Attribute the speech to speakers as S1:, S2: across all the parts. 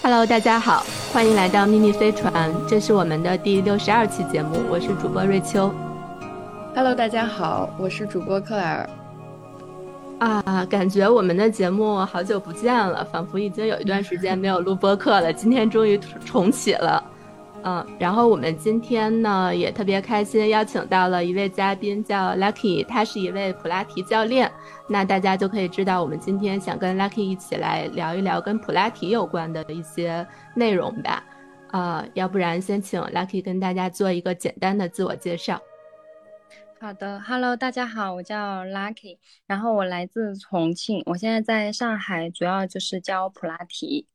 S1: Hello，大家好，欢迎来到秘密飞船，这是我们的第62期节目，我是主播瑞秋。
S2: Hello，大家好，我是主播克莱尔。
S1: 感觉我们的节目好久不见了，仿佛已经有一段时间没有录播客了，今天终于重启了。然后我们今天呢也特别开心，邀请到了一位嘉宾叫 Lucky，他是一位普拉提教练。那大家就可以知道，我们今天想跟 Lucky 一起来聊一聊跟普拉提有关的一些内容吧。要不然先请 Lucky 跟大家做一个简单的自我介绍。
S3: 好的，Hello，大家好，我叫 Lucky，然后我来自重庆，我现在在上海，主要就是教普拉提。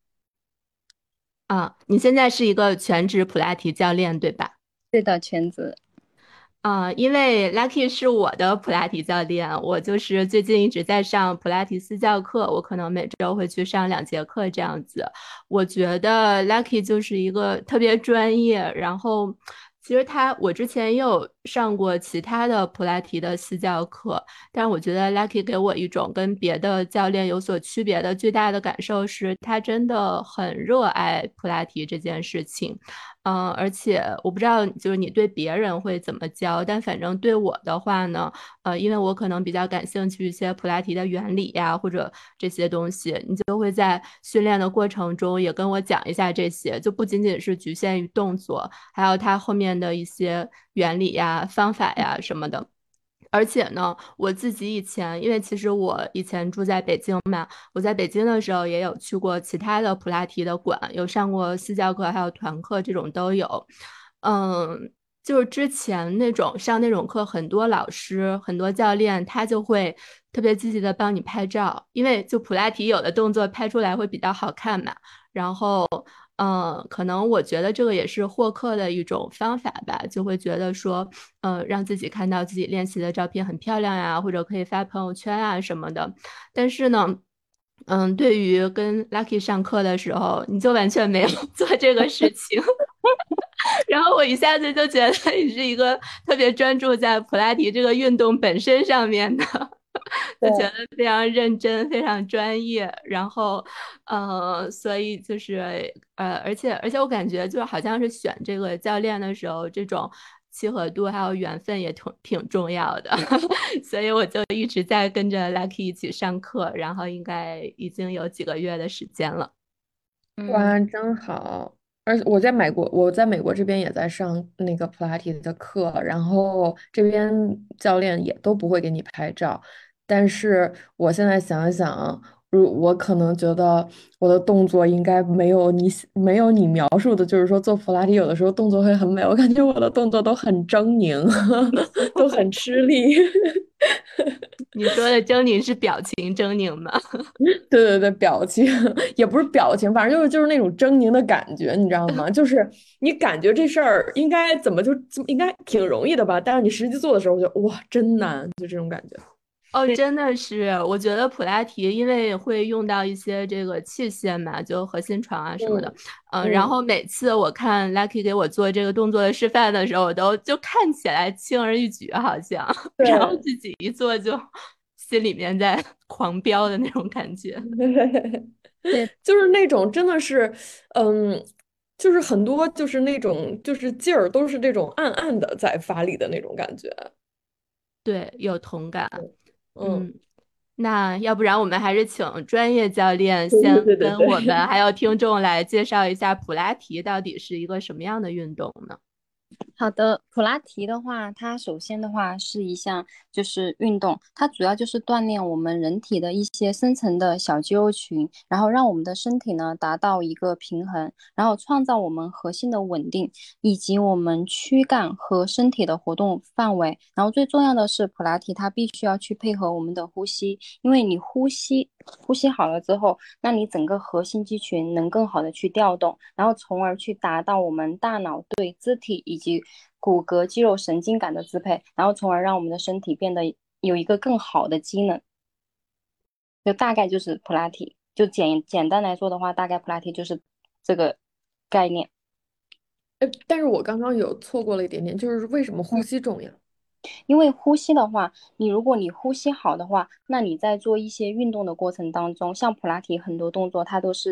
S1: 你现在是一个全职普拉提教练，对吧？
S3: 对的，全职。
S1: 因为 Lucky 是我的普拉提教练，我就是最近一直在上普拉提私教课，我可能每周会去上2节课这样子。我觉得 Lucky 就是一个特别专业，然后其实我之前也有上过其他的普拉提的私教课，但是我觉得 Lucky 给我一种跟别的教练有所区别的最大的感受是，他真的很热爱普拉提这件事情。而且我不知道，就是你对别人会怎么教，但反正对我的话呢，因为我可能比较感兴趣一些普拉提的原理呀，或者这些东西，你就会在训练的过程中也跟我讲一下这些，就不仅仅是局限于动作，还有它后面的一些原理呀、方法呀什么的。而且呢，我自己以前，因为其实我以前住在北京嘛，我在北京的时候也有去过其他的普拉提的馆，有上过私教课，还有团课，这种都有。就是之前那种上那种课，很多老师、很多教练，他就会特别积极的帮你拍照，因为就普拉提有的动作拍出来会比较好看嘛。然后，可能我觉得这个也是获客的一种方法吧，就会觉得说，让自己看到自己练习的照片很漂亮呀，或者可以发朋友圈啊什么的。但是呢，对于跟 Lucky 上课的时候，你就完全没有做这个事情。然后我一下子就觉得你是一个特别专注在普拉提这个运动本身上面的，就觉得
S3: 对，
S1: 非常认真、非常专业。然后，所以就是而且我感觉就好像是选这个教练的时候，这种契合度还有缘分也挺重要的。所以我就一直在跟着 Lucky 一起上课，然后应该已经有几个月的时间了。
S3: 嗯，
S2: 哇，真好！而且我在美国这边也在上那个普拉提的课，然后这边教练也都不会给你拍照。但是我现在想一想，我可能觉得我的动作应该没有你描述的，就是说做普拉提有的时候动作会很美，我感觉我的动作都很狰狞，都很吃力。
S1: 你说的狰狞是表情狰狞吗？
S2: 对对对，表情也不是表情，反正就是那种狰狞的感觉，你知道吗？就是你感觉这事儿应该怎么应该挺容易的吧，但是你实际做的时候就哇真难，就这种感觉。
S1: 哦，
S3: 对，
S1: 真的是，我觉得普拉提因为会用到一些这个器械嘛，就核心床啊什么的，
S2: 嗯
S1: 然
S2: 嗯，
S1: 后每次我看 Lucky 给我做这个动作的示范的时候，我都就看起来轻而易举，好像，然后
S2: 对，
S1: 自己一做就心里面在狂飙的那种感觉。
S3: 对，
S2: 就是那种真的是，嗯，就是很多就是那种就是劲儿都是这种暗暗的在发力的那种感觉。
S1: 对，有同感。
S2: 嗯，
S1: 嗯，那要不然我们还是请专业教练
S2: 对
S1: 先
S2: 对对对
S1: 跟我们
S2: 对。
S1: 还有听众来介绍一下普拉提到底是一个什么样的运动呢？
S3: 好的，普拉提的话，它首先的话是一项就是运动，它主要就是锻炼我们人体的一些深层的小肌肉群，然后让我们的身体呢达到一个平衡，然后创造我们核心的稳定，以及我们躯干和身体的活动范围。然后最重要的是，普拉提它必须要去配合我们的呼吸，因为你呼吸好了之后，那你整个核心肌群能更好的去调动，然后从而去达到我们大脑对肢体以及骨骼、肌肉、神经感的支配，然后从而让我们的身体变得有一个更好的机能。就大概就是普拉提，就简单来说的话，大概普拉提就是这个概念。
S2: 哎，但是我刚刚有错过了一点点，就是为什么呼吸重要？
S3: 因为呼吸的话，如果你呼吸好的话，那你在做一些运动的过程当中，像普拉提很多动作它都是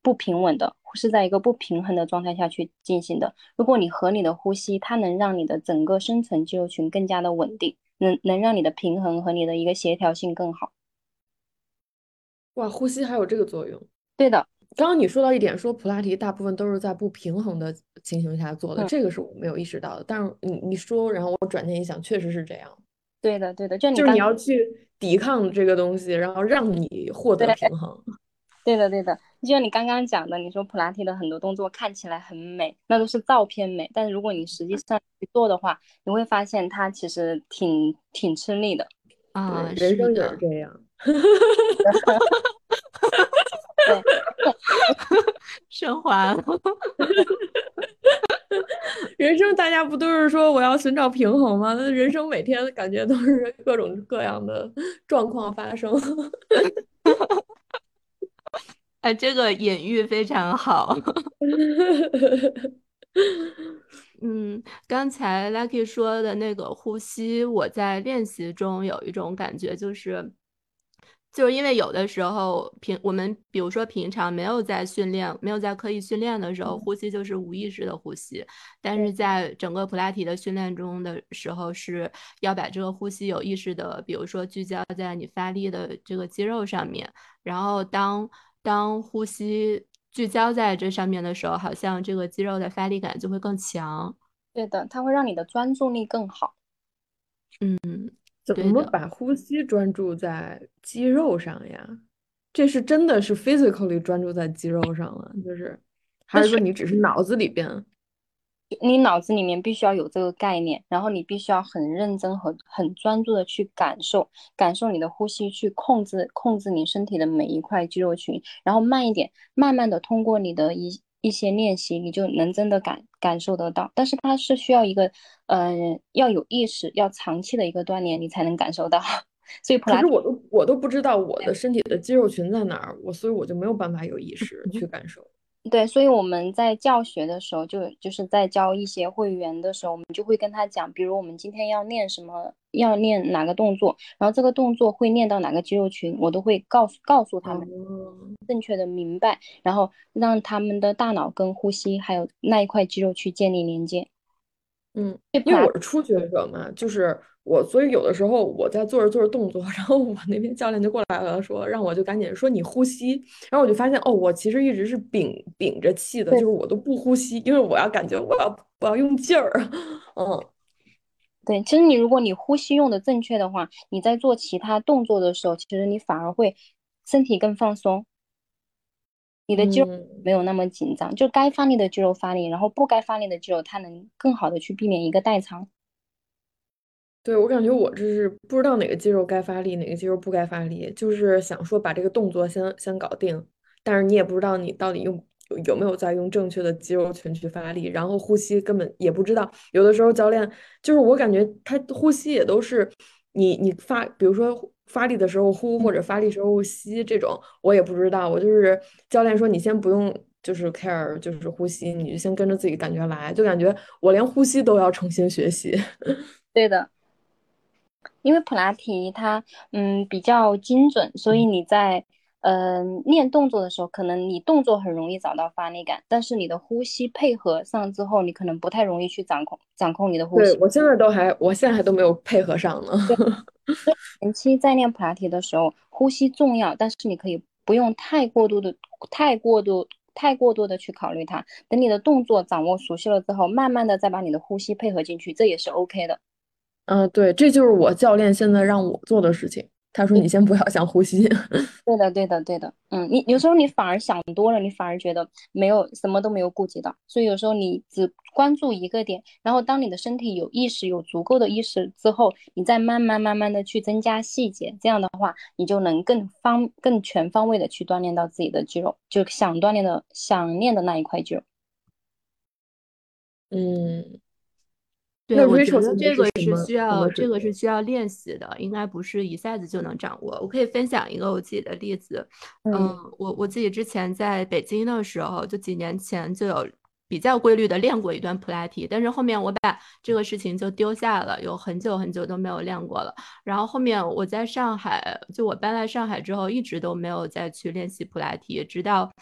S3: 不平稳的，是在一个不平衡的状态下去进行的。如果你合理的呼吸，它能让你的整个深层肌肉群更加的稳定，能让你的平衡和你的一个协调性更好。
S2: 哇，呼吸还有这个作用。
S3: 对的。
S2: 刚刚你说到一点，说普拉提大部分都是在不平衡的情形下做的，
S3: 嗯，
S2: 这个是我没有意识到的。但是你说，然后我转念一想，确实是这样，
S3: 对的，对的，就你
S2: 就是你
S3: 刚，
S2: 要去抵抗这个东西，然后让你获得
S3: 对，
S2: 平衡。
S3: 对的，对的，就像你刚刚讲的，你说普拉提的很多动作看起来很美，那都是照片美，但是如果你实际上去做的话，你会发现它其实挺吃力的。
S2: 对，
S1: 啊，
S2: 人生也是
S1: 是的。
S2: 这样。
S3: 对，
S1: 升华了。
S2: 人生大家不都是说我要寻找平衡吗？那人生每天感觉都是各种各样的状况发生。
S1: 哎，这个隐喻非常好。嗯，刚才 Lucky 说的那个呼吸，我在练习中有一种感觉，就是因为有的时候我们比如说平常没有在训练，没有在刻意训练的时候，呼吸就是无意识的呼吸，但是在整个普拉提的训练中的时候，是要把这个呼吸有意识的，比如说聚焦在你发力的这个肌肉上面，然后当呼吸聚焦在这上面的时候，好像这个肌肉的发力感就会更强。
S3: 对的，它会让你的专注力更好。
S1: 嗯，
S2: 怎么
S1: 对的。
S2: 把呼吸专注在肌肉上呀？这是真的是 physically 专注在肌肉上了，就是还是说你只是脑子里边？
S3: 你脑子里面必须要有这个概念，然后你必须要很认真和很专注的去感受你的呼吸，去控制你身体的每一块肌肉群，然后慢一点，慢慢的通过你的一些练习，你就能真的感受得到。但是它是需要一个，要有意识，要长期的一个锻炼，你才能感受到。所以普拉提。
S2: 可是我都不知道我的身体的肌肉群在哪儿，所以我就没有办法有意识去感受。
S3: 对，所以我们在教学的时候就是在教一些会员的时候，我们就会跟他讲，比如我们今天要练什么，要练哪个动作，然后这个动作会练到哪个肌肉群，我都会告诉他们
S2: 哦，
S3: 正确的明白，然后让他们的大脑跟呼吸还有那一块肌肉去建立连接。
S2: 嗯，
S3: 对普拉，
S2: 因为我是初学者嘛，就是我，所以有的时候我在做着做着动作，然后我那边教练就过来了，说让我就赶紧说你呼吸，然后我就发现哦，我其实一直是屏着气的，
S3: 对
S2: 就是我都不呼吸，因为我要感觉我要用劲儿。嗯
S3: 对，其实如果你呼吸用的正确的话，你在做其他动作的时候，其实你反而会身体更放松。你的肌肉
S2: 嗯。
S3: 没有那么紧张，就该发力的肌肉发力，然后不该发力的肌肉，它能更好的去避免一个代偿。
S2: 对，我感觉我这是不知道哪个肌肉该发力，哪个肌肉不该发力，就是想说把这个动作先搞定，但是你也不知道你到底有没有在用正确的肌肉群去发力，然后呼吸根本也不知道。有的时候教练就是我感觉他呼吸也都是你比如说发力的时候呼或者发力时候吸这种，我也不知道。我就是教练说你先不用就是 care 就是呼吸，你就先跟着自己感觉来，就感觉我连呼吸都要重新学习。
S3: 对的，因为普拉提它比较精准，所以你在练动作的时候，可能你动作很容易找到发力感，但是你的呼吸配合上之后，你可能不太容易去掌控你的呼
S2: 对，
S3: 吸。
S2: 我现在还都没有配合上呢。
S3: 前期在练普拉提的时候，呼吸重要，但是你可以不用太过多的去考虑它。等你的动作掌握熟悉了之后，慢慢的再把你的呼吸配合进去，这也是 OK 的。
S2: 嗯，对，这就是我教练现在让我做的事情。他说你先不要想呼吸。
S3: 对的，对的，对的。你有时候你反而想多了，你反而觉得没有什么都没有顾及到，所以有时候你只关注一个点，然后当你的身体有意识、有足够的意识之后，你再慢慢的去增加细节，这样的话，你就能更全方位的去锻炼到自己的肌肉，就想练的那一块肌肉。
S2: 嗯，
S1: 对，
S2: 那
S1: 我觉
S2: Rachel
S1: 得
S2: 现在
S1: 这个是
S2: 是
S1: 需要，
S2: 什么水平？
S1: 这个是需要练习的，应该不是一下子就能掌握。我可以分享一个我自己的例子。
S3: 嗯
S1: 我自己之前在北京的时候，就几年前就有比较规律的练过一段普拉提，但是后面我把这个事情就丢下了，有很久很久都没有练过了。然后后面我在上海，就我搬来上海之后，一直都没有再去练习普拉提，直到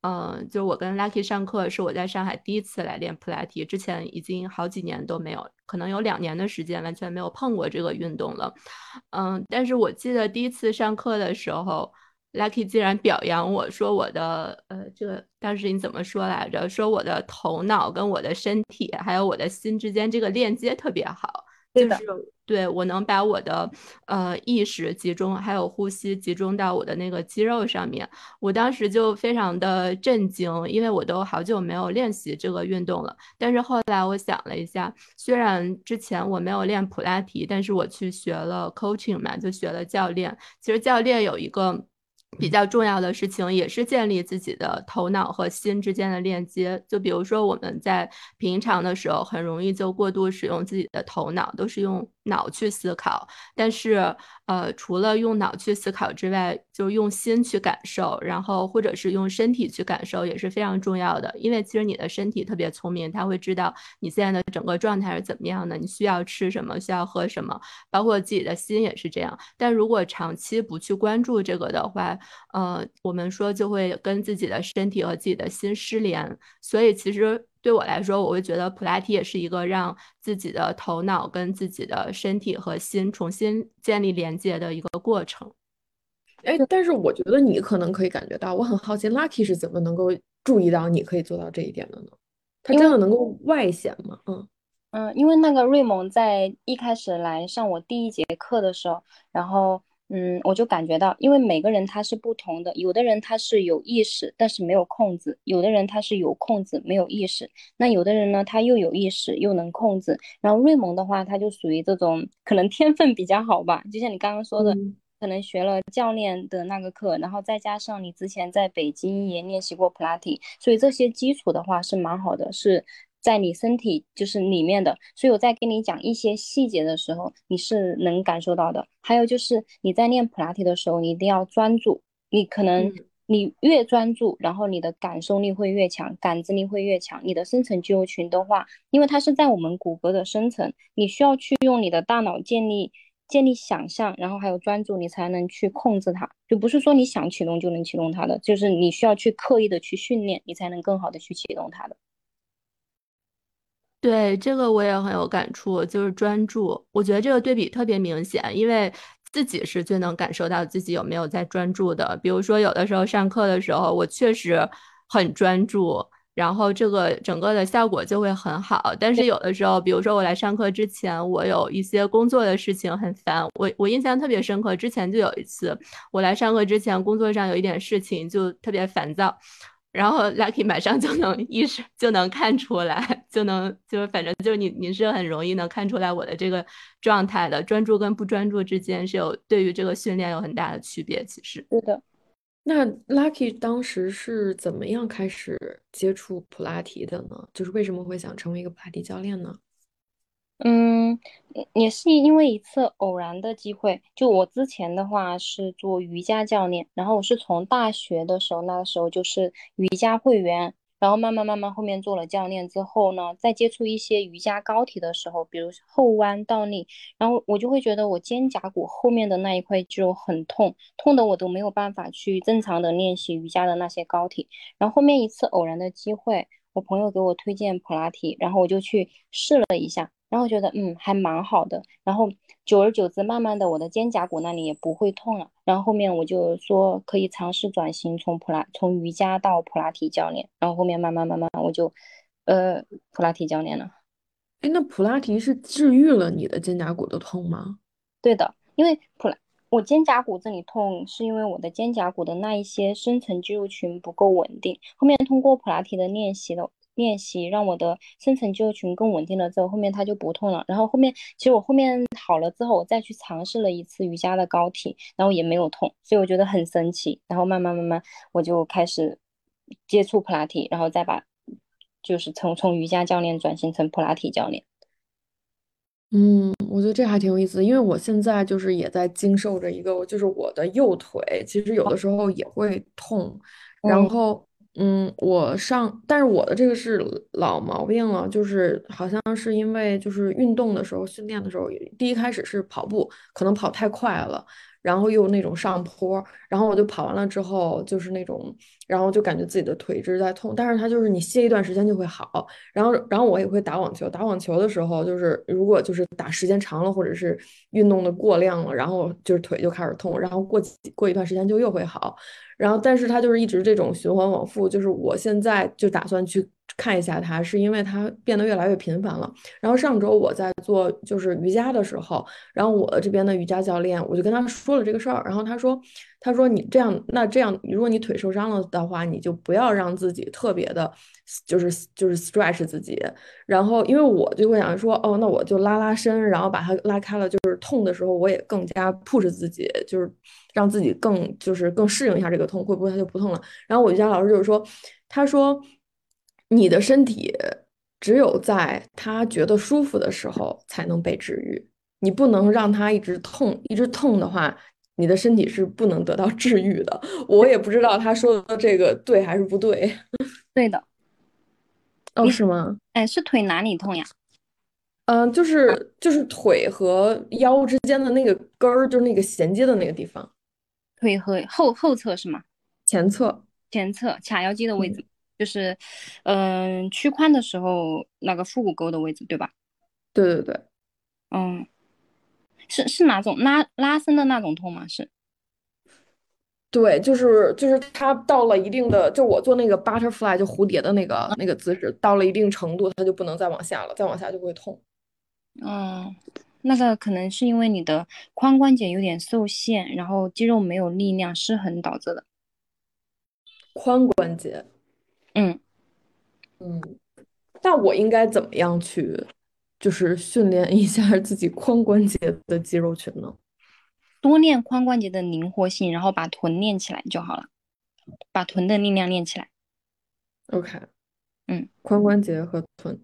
S1: 就我跟 Lucky 上课是我在上海第一次来练普拉提，之前已经好几年都没有，可能有2年的时间完全没有碰过这个运动了。但是我记得第一次上课的时候，Lucky 竟然表扬我说我的这个当时你怎么说来着？说我的头脑跟我的身体还有我的心之间这个链接特别好。就是
S3: 对的。
S1: 对我能把我的意识集中，还有呼吸集中到我的那个肌肉上面。我当时就非常的震惊，因为我都好久没有练习这个运动了。但是后来我想了一下，虽然之前我没有练普拉提，但是我去学了 coaching 嘛，就学了教练。其实教练有一个比较重要的事情，也是建立自己的头脑和心之间的链接。就比如说我们在平常的时候，很容易就过度使用自己的头脑，都是用脑去思考。但是，除了用脑去思考之外，就用心去感受，然后或者是用身体去感受，也是非常重要的。因为其实你的身体特别聪明，它会知道你现在的整个状态是怎么样的，你需要吃什么，需要喝什么，包括自己的心也是这样。但如果长期不去关注这个的话，我们说就会跟自己的身体和自己的心失联。所以其实对我来说，我会觉得普拉提也是一个让自己的头脑跟自己的身体和心重新建立连接的一个过程。
S2: 哎，但是我觉得你可能可以感觉到，我很好奇，Lucky 是怎么能够注意到你可以做到这一点的呢？他
S3: 因为
S2: 真的能够外显吗？
S3: 因为那个瑞蒙在一开始来上我第一节课的时候，然后我就感觉到，因为每个人他是不同的，有的人他是有意识，但是没有控制；有的人他是有控制，没有意识。那有的人呢，他又有意识又能控制。然后瑞蒙的话，他就属于这种可能天分比较好吧，就像你刚刚说的，
S2: 嗯
S3: 可能学了教练的那个课，然后再加上你之前在北京也练习过普拉提，所以这些基础的话是蛮好的，是在你身体就是里面的。所以我在跟你讲一些细节的时候，你是能感受到的。还有就是你在练普拉提的时候，你一定要专注，你可能。
S2: 嗯。
S3: 你越专注，然后你的感受力会越强，感知力会越强。你的深层肌肉群的话，因为它是在我们骨骼的深层，你需要去用你的大脑建立想象，然后还有专注，你才能去控制它。就不是说你想启动就能启动它的，就是你需要去刻意的去训练，你才能更好的去启动它的。
S1: 对，这个我也很有感触，就是专注。我觉得这个对比特别明显，因为自己是最能感受到自己有没有在专注的。比如说，有的时候上课的时候，我确实很专注，然后这个整个的效果就会很好。但是有的时候，比如说我来上课之前，我有一些工作的事情很烦，我印象特别深刻。之前就有一次，我来上课之前，工作上有一点事情就特别烦躁。然后 Lucky 马上就能意识，就能看出来，就是反正就是你是很容易能看出来我的这个状态的，专注跟不专注之间是有对于这个训练有很大的区别。其实，
S3: 对的。
S2: 那 Lucky 当时是怎么样开始接触普拉提的呢？就是为什么会想成为一个普拉提教练呢？
S3: 嗯，也是因为一次偶然的机会。就我之前的话是做瑜伽教练，然后我是从大学的时候，那个时候就是瑜伽会员，然后慢慢后面做了教练之后呢，再接触一些瑜伽高体的时候，比如后弯倒立，然后我就会觉得我肩胛骨后面的那一块肌肉很痛，痛的我都没有办法去正常的练习瑜伽的那些高体。然后后面一次偶然的机会，我朋友给我推荐普拉提，然后我就去试了一下。然后觉得还蛮好的，然后久而久之，慢慢的我的肩胛骨那里也不会痛了。然后后面我就说可以尝试转型从瑜伽到普拉提教练，然后后面慢慢我就呃普拉提教练了。
S2: 哎，那普拉提是治愈了你的肩胛骨的痛吗？
S3: 对的，因为我肩胛骨这里痛，是因为我的肩胛骨的那一些深层肌肉群不够稳定。后面通过普拉提的练习，让我的深层肌肉群更稳定了之后，后面它就不痛了。然后后面其实我后面好了之后，我再去尝试了一次瑜伽的高体，然后也没有痛，所以我觉得很神奇。然后慢慢我就开始接触普拉提，然后再就是从瑜伽教练转型成普拉提教练。
S2: 我觉得这还挺有意思的，因为我现在就是也在经受着一个，就是我的右腿，其实有的时候也会痛，然
S3: 嗯
S2: 后但是我的这个是老毛病了，就是好像是因为就是运动的时候训练的时候，第一开始是跑步，可能跑太快了， 然后又那种上坡，然后我就跑完了之后就是那种，然后就感觉自己的腿一直在痛，但是它就是你歇一段时间就会好。然后我也会打网球，打网球的时候就是如果就是打时间长了，或者是运动的过量了，然后就是腿就开始痛，然后过一段时间就又会好。然后但是它就是一直这种循环往复，就是我现在就打算去看一下它，是因为它变得越来越频繁了。然后上周我在做就是瑜伽的时候，然后我这边的瑜伽教练我就跟他说了这个事儿，然后他说你这样这样，如果你腿受伤了的话，你就不要让自己特别的，就是 stretch 自己。然后因为我就会想说，哦，那我就拉拉伸，然后把它拉开了，就是痛的时候我也更加 push 自己，就是让自己更适应一下这个痛，会不会它就不痛了？然后我瑜伽老师就是说，他说你的身体只有在他觉得舒服的时候才能被治愈，你不能让他一直痛，一直痛的话，你的身体是不能得到治愈的。我也不知道他说的这个对还是不对。
S3: 对的。
S2: 哦，
S3: 你，
S2: 是吗？
S3: 哎，是腿哪里痛呀？
S2: 就是腿和腰之间的那个根儿，就是那个衔接的那个地方，
S3: 腿和后侧是吗？
S2: 前侧。
S3: 前侧髂腰肌的位
S2: 嗯，
S3: 置，就是，屈髋的时候那个腹股沟的位置，对吧？
S2: 对对对。
S3: 嗯，是哪种拉伸的那种痛吗？是。
S2: 对，就是它到了一定的，就我做那个 butterfly 就蝴蝶的那个姿势，到了一定程度，它就不能再往下了，再往下就会痛。
S3: 嗯，那个可能是因为你的髋关节有点受限，然后肌肉没有力量失衡导致的。
S2: 髋关节。
S3: 嗯。
S2: 嗯，那我应该怎么样去，就是训练一下自己髋关节的肌肉群呢
S3: 多练髋关节的灵活性，然后把臀练起来就好了，把臀的力量练起来。
S2: ？OK，
S3: 嗯。
S2: 髋关节和臀。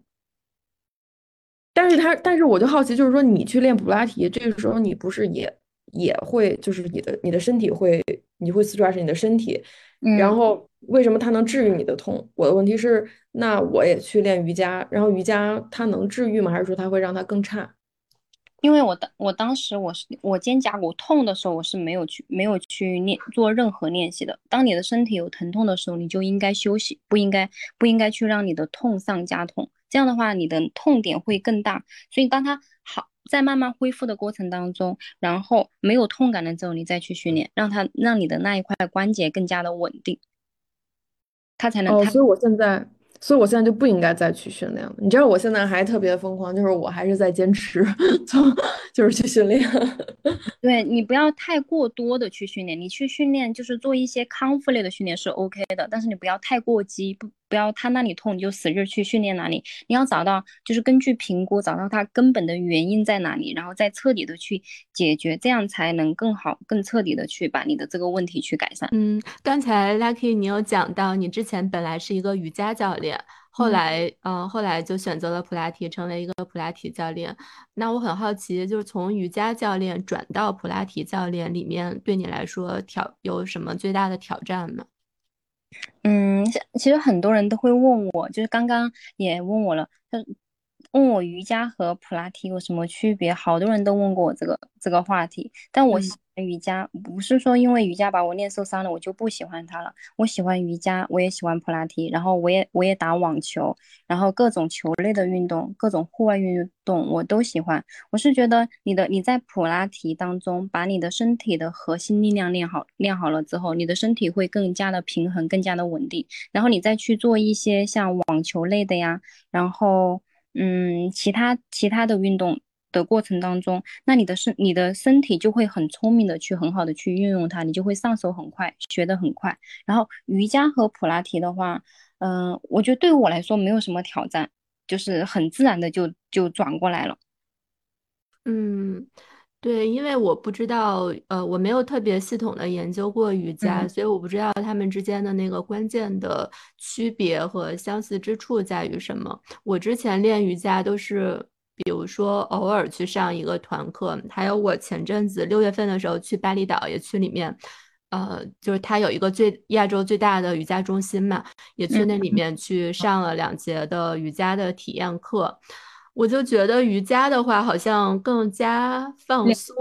S2: 但是我就好奇，就是说你去练普拉提，这个时候你不是也会，就是你的身体会，你会 stretch 你的身体，然
S3: 嗯，
S2: 后为什么它能治愈你的痛？我的问题是，那我也去练瑜伽，然后瑜伽它能治愈吗？还是说它会让它更差？
S3: 因为我当时我肩胛骨痛的时候，我是没有去做任何练习的。当你的身体有疼痛的时候，你就应该休息，不应该去让你的痛上加痛。这样的话，你的痛点会更大。所以当它好在慢慢恢复的过程当中，然后没有痛感了之后，你再去训练，让你的那一块关节更加的稳定，它才能
S2: 哦，
S3: 它。
S2: 所以我现在就不应该再去训练了。你知道我现在还特别疯狂，就是我还是在坚持做，就是去训练。
S3: 对，你不要太过多的去训练，你去训练就是做一些康复类的训练是 OK 的，但是你不要太过激，不要他那里痛你就使劲去训练哪里，你要找到就是根据评估找到它根本的原因在哪里，然后再彻底的去解决，这样才能更好、更彻底的去把你的这个问题去改善。
S1: 嗯，刚才 Lucky 你有讲到，你之前本来是一个瑜伽教练，
S3: 嗯。
S1: 后来就选择了普拉提，成为一个普拉提教练。那我很好奇，就是从瑜伽教练转到普拉提教练里面，对你来说有什么最大的挑战吗？
S3: 嗯，其实很多人都会问我，就是刚刚也问我了，他问我瑜伽和普拉提有什么区别，好多人都问过我这个话题。但我
S1: 嗯。
S3: 喜欢瑜伽，不是说因为瑜伽把我练受伤了，我就不喜欢它了。我喜欢瑜伽，我也喜欢普拉提，然后我也打网球，然后各种球类的运动，各种户外运动我都喜欢。我是觉得你在普拉提当中，把你的身体的核心力量练好了之后，你的身体会更加的平衡，更加的稳定。然后你再去做一些像网球类的呀，然后其他的运动的过程当中，那你的身体就会很聪明的很好的去运用它，你就会上手很快，学得很快。然后瑜伽和普拉提的话，我觉得对于我来说没有什么挑战，就是很自然的就转过来了。
S1: 嗯，对，因为我不知道，我没有特别系统的研究过瑜伽，
S3: 嗯。
S1: 所以我不知道他们之间的那个关键的区别和相似之处在于什么。我之前练瑜伽都是，比如说偶尔去上一个团课，还有我前阵子6月份的时候去巴厘岛，也去里面，就是它有一个亚洲最大的瑜伽中心嘛，也去
S3: 嗯。
S1: 那里面去上了2节的瑜伽的体验课。我就觉得瑜伽的话，好像更加放
S3: 练
S1: 松，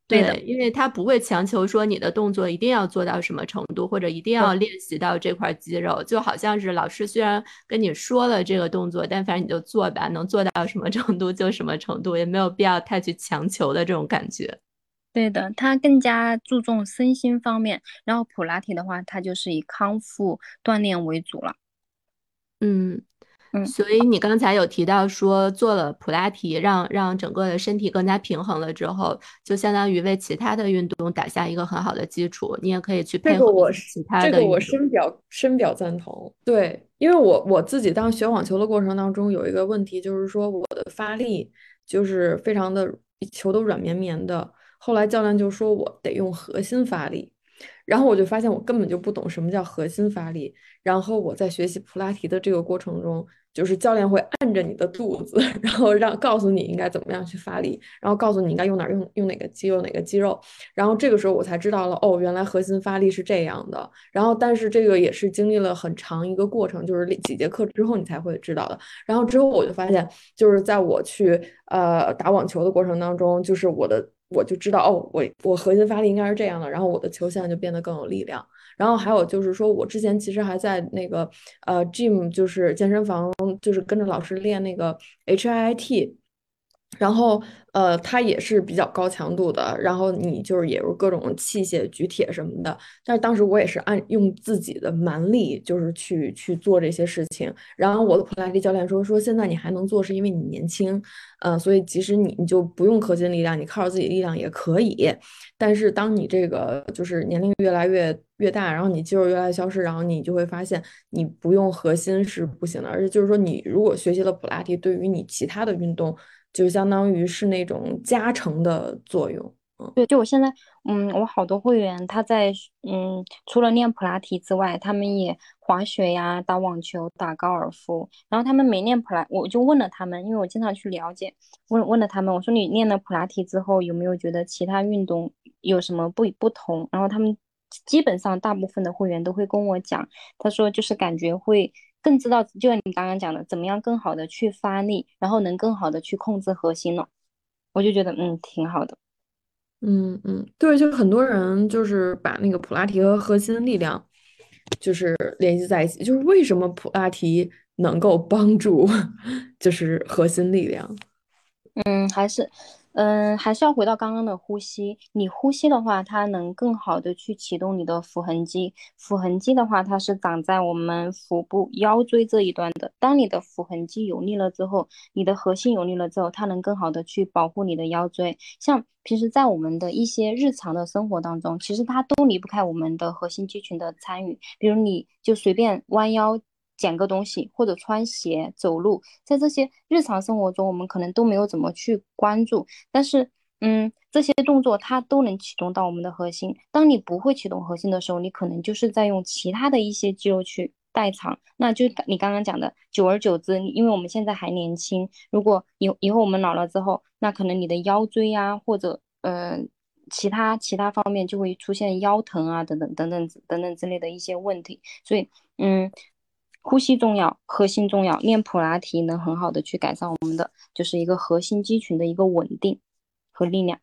S3: 对的。
S1: 对，因为他不会强求说你的动作一定要做到什么程度，或者一定要练习到这块肌肉，就好像是老师虽然跟你说了这个动作，但反正你就做吧，能做到什么程度就什么程度，也没有必要太去强求的这种感觉。
S3: 对的，它更加注重身心方面，然后普拉提的话，它就是以康复锻炼为主了。
S1: 嗯。
S3: 嗯。
S1: 所以你刚才有提到说做了普拉提，让整个的身体更加平衡了之后，就相当于为其他的运动打下一个很好的基础。你也可以去
S2: 这
S1: 配合一
S2: 个我是
S1: 些其他
S2: 这个我
S1: 的运动。
S2: 深表赞同。对，因为我自己当时学网球的过程当中有一个问题，就是说我的发力就是非常的球都软绵绵的。后来教练就说我得用核心发力，然后我就发现我根本就不懂什么叫核心发力。然后我在学习普拉提的这个过程中，就是教练会按着你的肚子，然后告诉你应该怎么样去发力，然后告诉你应该用哪儿用哪个肌肉哪个肌肉。然后这个时候我才知道了，哦，原来核心发力是这样的。然后但是这个也是经历了很长一个过程，就是几节课之后你才会知道的。然后之后我就发现，就是在我去打网球的过程当中，就是我就知道哦，我核心发力应该是这样的，然后我的球线就变得更有力量。然后还有就是说，我之前其实还在那个gym，就是健身房，就是跟着老师练那个 HIIT。然后它也是比较高强度的，然后你就是也有各种器械举铁什么的。但是当时我也是用自己的蛮力，就是去做这些事情。然后我的普拉提教练说现在你还能做，是因为你年轻，所以即使你就不用核心力量，你靠着自己力量也可以。但是当你这个就是年龄越来越大，然后你肌肉越来越消失，然后你就会发现你不用核心是不行的。而且就是说，你如果学习了普拉提，对于你其他的运动，就相当于是那种加成的作用。
S3: 对，就我现在，我好多会员，他在，除了练普拉提之外，他们也滑雪呀、打网球、打高尔夫。然后他们没练普拉，我就问了他们，因为我经常去了解，问了他们，我说你练了普拉提之后，有没有觉得其他运动有什么不同？然后他们基本上大部分的会员都会跟我讲，他说就是感觉会更知道，就像你刚刚讲的，怎么样更好的去发力，然后能更好的去控制核心了。我就觉得，挺好的。
S2: 嗯嗯，对，就很多人就是把那个普拉提和核心力量就是联系在一起，就是为什么普拉提能够帮助就是核心力量。
S3: 嗯，还是要回到刚刚的呼吸。你呼吸的话，它能更好的去启动你的腹横肌。腹横肌的话，它是长在我们腹部腰椎这一端的。当你的腹横肌有力了之后，你的核心有力了之后，它能更好的去保护你的腰椎。像平时在我们的一些日常的生活当中，其实它都离不开我们的核心肌群的参与。比如你就随便弯腰捡个东西，或者穿鞋走路，在这些日常生活中，我们可能都没有怎么去关注，但是，这些动作它都能启动到我们的核心。当你不会启动核心的时候，你可能就是在用其他的一些肌肉去代偿。那就你刚刚讲的，久而久之，因为我们现在还年轻，如果以后我们老了之后，那可能你的腰椎呀，或者其他方面就会出现腰疼啊，等等等等等等之类的一些问题。所以，嗯，呼吸重要，核心重要，练普拉提能很好的去改善我们的就是一个核心肌群的一个稳定和力量。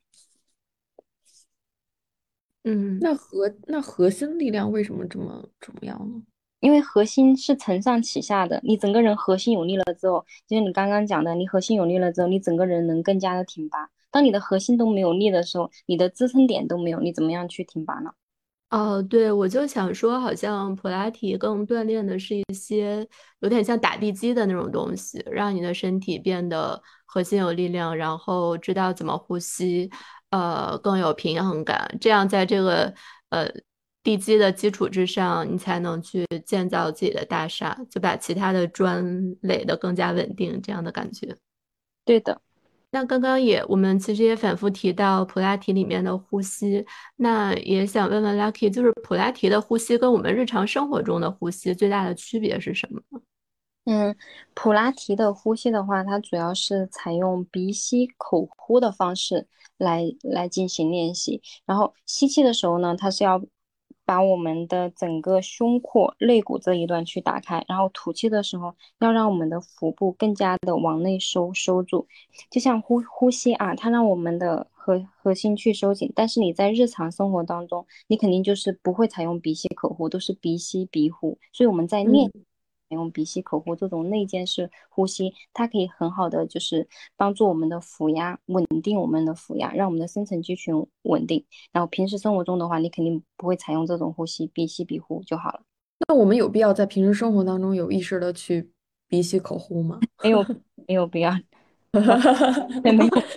S1: 嗯。
S2: 那核心力量为什么这么重要呢？
S3: 因为核心是承上启下的，你整个人核心有力了之后，就像你刚刚讲的，你核心有力了之后，你整个人能更加的挺拔。当你的核心都没有力的时候，你的支撑点都没有，你怎么样去挺拔呢？
S1: 哦，对，我就想说，好像普拉提更锻炼的是一些有点像打地基的那种东西，让你的身体变得核心有力量，然后知道怎么呼吸，更有平衡感。这样在这个呃地基的基础之上，你才能去建造自己的大厦，就把其他的砖垒得更加稳定，这样的感觉。
S3: 对的。
S1: 那刚刚我们其实也反复提到普拉提里面的呼吸，那也想问问 Lucky，就是普拉提的呼吸跟我们日常生活中的呼吸最大的区别是什么？
S3: 嗯，普拉提的呼吸的话，它主要是采用鼻吸口呼的方式来进行练习。然后吸气的时候呢，它是要把我们的整个胸廓、肋骨这一段去打开，然后吐气的时候要让我们的腹部更加的往内收住，就像呼吸啊，它让我们的核心去收紧，但是你在日常生活当中，你肯定就是不会采用鼻吸口呼，都是鼻吸鼻呼。所以我们在练
S2: 嗯。
S3: 用鼻吸口呼这种内间式呼吸，它可以很好的就是帮助我们的腹压，稳定我们的腹压，让我们的深层肌群稳定。然后平时生活中的话，你肯定不会采用这种呼吸，鼻吸鼻呼就好了。
S2: 那我们有必要在平时生活当中有意识的去鼻吸口呼吗？
S3: 没有没有必要，完全没有。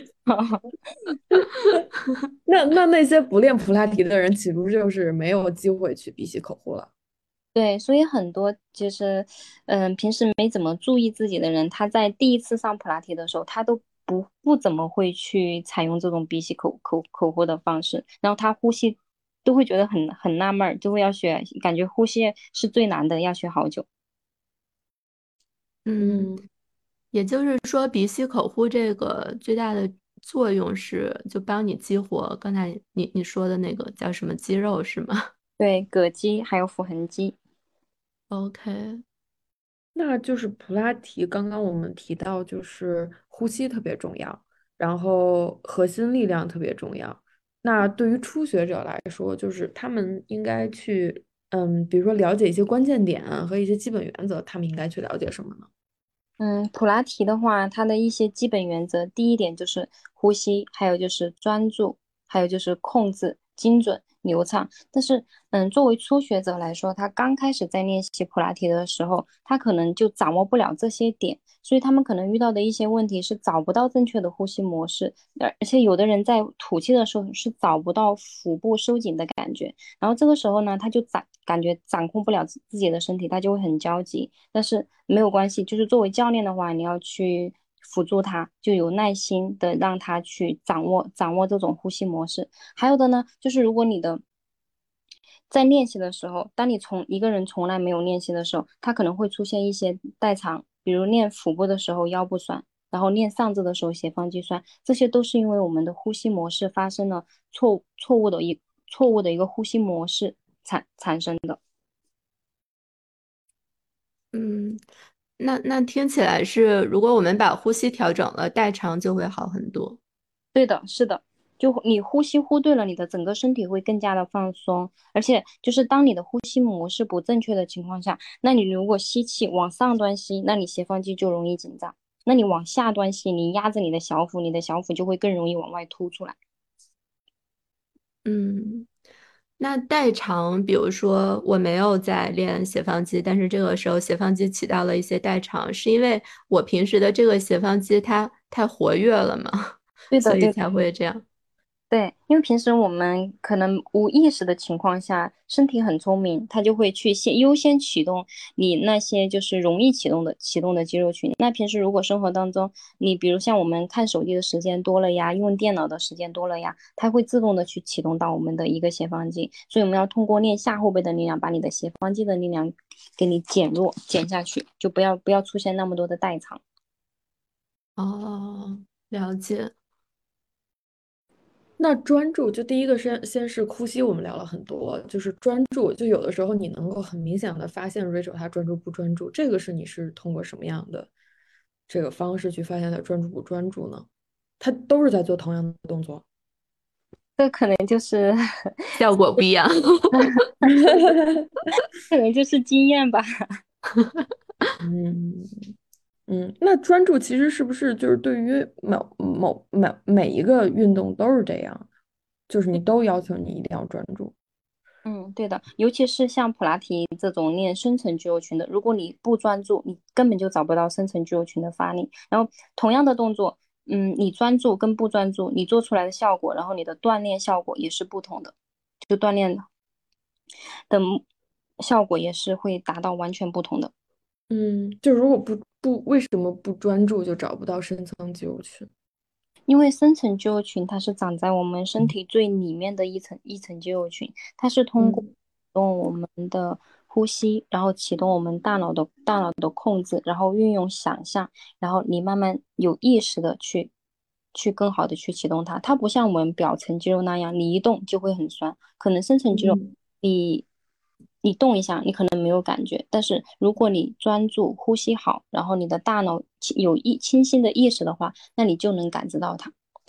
S2: 那些不练普拉提的人，岂不就是没有机会去鼻吸口呼了？
S3: 对，所以很多其实，平时没怎么注意自己的人，他在第一次上普拉提的时候，他都不怎么会去采用这种鼻吸口呼的方式，然后他呼吸都会觉得很纳闷儿，就会要学，感觉呼吸是最难的，要学好久。
S1: 嗯，
S2: 嗯。
S1: 也就是说，鼻吸口呼这个最大的作用是就帮你激活刚才你说的那个叫什么肌肉是吗
S3: 对，膈肌还有腹横肌。
S1: ？OK。
S2: 那就是普拉提，刚刚我们提到就是呼吸特别重要，然后核心力量特别重要。那对于初学者来说，就是他们应该去，比如说了解一些关键点和一些基本原则，他们应该去了解什么呢？
S3: 普拉提的话，它的一些基本原则，第一点就是呼吸，还有就是专注，还有就是控制精准流畅。但是，作为初学者来说，他刚开始在练习普拉提的时候，他可能就掌握不了这些点，所以他们可能遇到的一些问题是找不到正确的呼吸模式，而且有的人在吐气的时候是找不到腹部收紧的感觉，然后这个时候呢，他就感觉掌控不了自己的身体，他就会很焦急。但是没有关系，就是作为教练的话，你要去辅助他，就有耐心的让他去掌握这种呼吸模式。还有的呢，就是如果你的在练习的时候，当你一个人从来没有练习的时候，他可能会出现一些代偿，比如练腹部的时候腰部酸，然后练上肢的时候斜方肌酸，这些都是因为我们的呼吸模式发生了错误的一个呼吸模式产生的。
S1: 嗯，那听起来是，如果我们把呼吸调整了，代偿就会好很多。
S3: 对的，是的，就你呼吸呼对了，你的整个身体会更加的放松，而且就是当你的呼吸模式不正确的情况下，那你如果吸气往上端吸，那你斜方肌就容易紧张；那你往下端吸，你压着你的小腹，你的小腹就会更容易往外凸出来。
S1: 嗯，那代偿，比如说我没有在练斜方肌，但是这个时候斜方肌起到了一些代偿，是因为我平时的这个斜方肌它太活跃了嘛，
S3: 对的，对的。
S1: 所以才会这样。
S3: 对，因为平时我们可能无意识的情况下，身体很聪明，它就会去优先启动你那些就是容易启动的肌肉群。那平时如果生活当中，你比如像我们看手机的时间多了呀，用电脑的时间多了呀，它会自动的去启动到我们的一个斜方肌。所以我们要通过练下后背的力量，把你的斜方肌的力量给你减下去，就不要出现那么多的代偿。
S1: 哦，了解。
S2: 那专注就第一个先是呼吸，我们聊了很多，就是专注，就有的时候你能够很明显的发现 Rachel 她专注不专注，这个是通过什么样的这个方式去发现她专注不专注呢？她都是在做同样的动作。
S3: 这可能就是
S1: 效果不一样。
S3: 可能就是经验吧。
S2: 嗯那专注其实是不是就是对于每一个运动都是这样，就是你都要求你一定要专注。
S3: 嗯，对的，尤其是像普拉提这种练深层肌肉群的，如果你不专注，你根本就找不到深层肌肉群的发力。然后同样的动作，你专注跟不专注，你做出来的效果，然后你的锻炼效果也是不同的，就锻炼的效果也是会达到完全不同的。
S2: 就如果为什么不专注就找不到深层肌肉群？
S3: 因为深层肌肉群它是长在我们身体最里面的一层肌肉群，它是通过
S2: 嗯
S3: 用我们的呼吸，然后启动我们大脑的控制，然后运用想象，然后你慢慢有意识的去更好的去启动它。它不像我们表层肌肉那样，你一动就会很酸，可能深层肌肉
S2: 嗯
S3: 你动一下，你可能没有感觉，但是如果你专注呼吸好，然后你的大脑有清晰的意识的话，那你就能感知到它。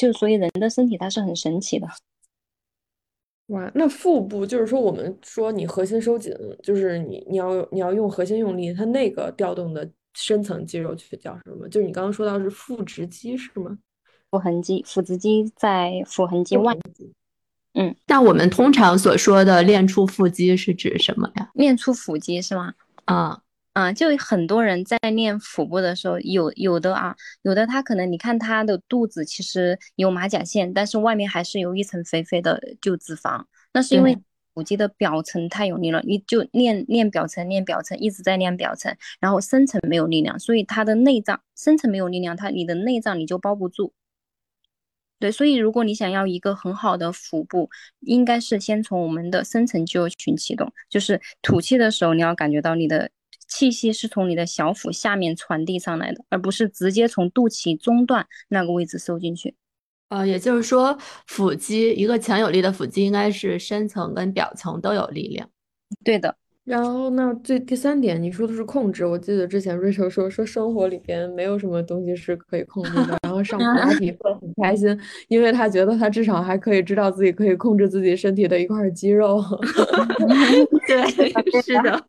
S3: 就所以人的身体它是很神奇的。
S2: 哇，那腹部就是说，我们说你核心收紧，就是你要用核心用力，它那个调动的深层肌肉去叫什么？就是你刚刚说到是腹直肌是吗？
S3: 腹横肌、腹直肌在腹横肌外。
S2: 腹横肌。
S3: 嗯，
S1: 那我们通常所说的练出腹肌是指什么呀？
S3: 练出腹肌是吗？
S1: 啊，
S3: 就很多人在练腹部的时候，有的他可能你看他的肚子其实有马甲线，但是外面还是有一层肥肥的就脂肪，那是因为
S1: 对，
S3: 腹肌的表层太有力了，你就练表层，练表层，一直在练表层，然后深层没有力量，所以它的内脏深层没有力量，你的内脏你就包不住。对，所以如果你想要一个很好的腹部，应该是先从我们的深层肌肉群启动，就是吐气的时候，你要感觉到你的气息是从你的小腹下面传递上来的，而不是直接从肚脐中段那个位置收进去。
S1: 也就是说，腹肌一个强有力的腹肌应该是深层跟表层都有力量。
S3: 对的。
S2: 然后那第三点，你说的是控制。我记得之前 Rachel 说生活里边没有什么东西是可以控制的，然后上普拉提课很开心，因为他觉得他至少还可以知道自己可以控制自己身体的一块肌肉。
S1: 对，是的。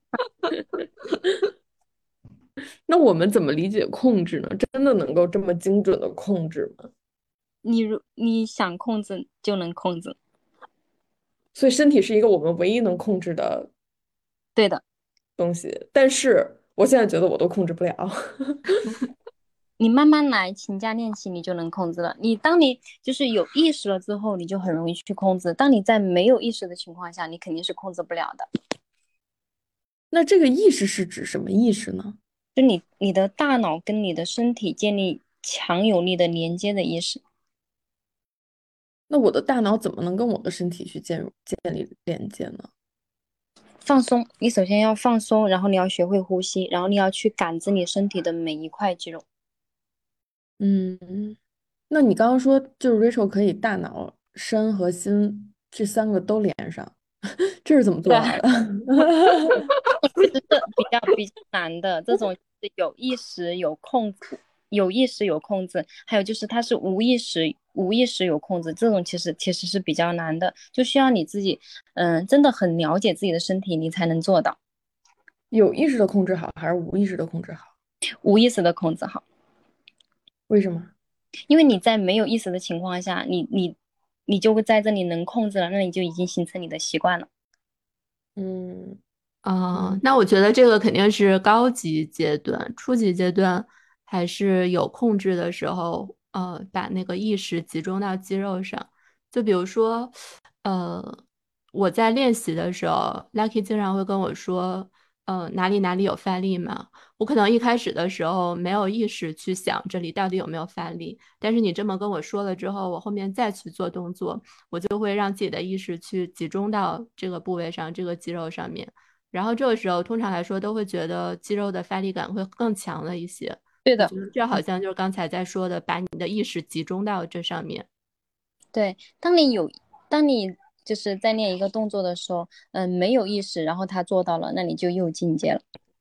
S2: 那我们怎么理解控制呢？真的能够这么精准的控制吗？
S3: 你想控制就能控制。
S2: 所以身体是一个我们唯一能控制的
S3: 对的。
S2: 东西，但是我现在觉得我都控制不了。
S3: 你慢慢来，勤加练习，你就能控制了。当你就是有意识了之后，你就很容易去控制。当你在没有意识的情况下，你肯定是控制不了的。
S2: 那这个意识是指什么意识呢？
S3: 就你的大脑跟你的身体建立强有力的连接的意识。
S2: 那我的大脑怎么能跟我的身体去建立连接呢？
S3: 放松，你首先要放松，然后你要学会呼吸，然后你要去感知你身体的每一块肌肉。
S2: 嗯，那你刚刚说就是 Rachel 可以大脑、身和心这三个都连上，这是怎么做
S3: 对啊，
S2: 到的？
S3: 这是比较难的，这种是有意识有控制，有意识有控制，还有就是它是无意识有控制，这种其实是比较难的，就需要你自己真的很了解自己的身体，你才能做到。
S2: 有意识的控制好还是无意识的控制好？
S3: 无意识的控制好。
S2: 为什么？
S3: 因为你在没有意识的情况下，你就会在这里能控制了，那你就已经形成你的习惯了。
S2: 嗯
S1: 那我觉得这个肯定是高级阶段，初级阶段还是有控制的时候，把那个意识集中到肌肉上。就比如说，我在练习的时候，Lucky 经常会跟我说，哪里哪里有发力嘛。我可能一开始的时候没有意识去想这里到底有没有发力，但是你这么跟我说了之后，我后面再去做动作，我就会让自己的意识去集中到这个部位上，这个肌肉上面。然后这个时候，通常来说都会觉得肌肉的发力感会更强了一些。
S3: 对的。
S1: 我觉得这好像就是刚才在说的，把你的意识集中到这上面。
S3: 对，当你就是在练一个动作的时候，没有意识，然后他做到了，那你就又进阶了。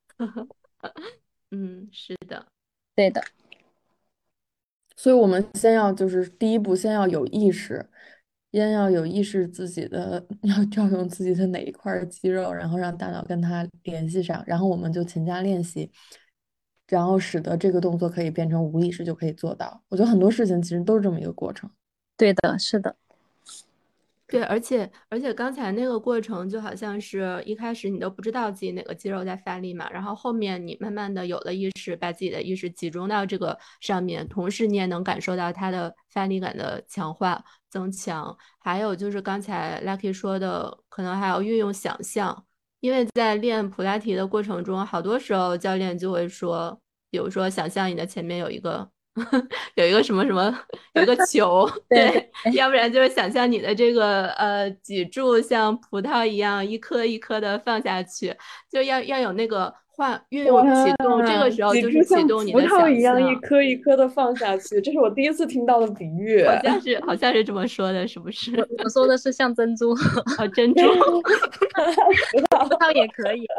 S1: 嗯，是的。
S3: 对的。
S2: 所以我们先要就是第一步，先要有意识，先要有意识自己的要调用自己的哪一块儿肌肉，然后让大脑跟它联系上，然后我们就勤加练习，然后使得这个动作可以变成无意识就可以做到。我觉得很多事情其实都是这么一个过程。
S3: 对的，是的。
S1: 对，而且刚才那个过程就好像是一开始你都不知道自己哪个肌肉在发力嘛，然后后面你慢慢的有了意识，把自己的意识集中到这个上面，同时你也能感受到它的发力感的强化增强。还有就是刚才 Lucky 说的，可能还要运用想象，因为在练普拉提的过程中，好多时候教练就会说，比如说想象你的前面有一个有一个什么什么，有一个球，
S3: 对对
S1: 对，要不然就是想象你的这个脊柱像葡萄一样一颗一颗的放下去，就要有那个运用启动，这
S2: 哇，
S1: 个时候就是
S2: 脊柱像
S1: 启动你的
S2: 葡萄一样一
S1: 想象，
S2: 颗一颗的放下去，这是我第一次听到的比喻。
S1: 好像是这么说的，是不是？
S3: 我说的是像珍珠。
S1: 珍珠。
S3: 葡萄也可以。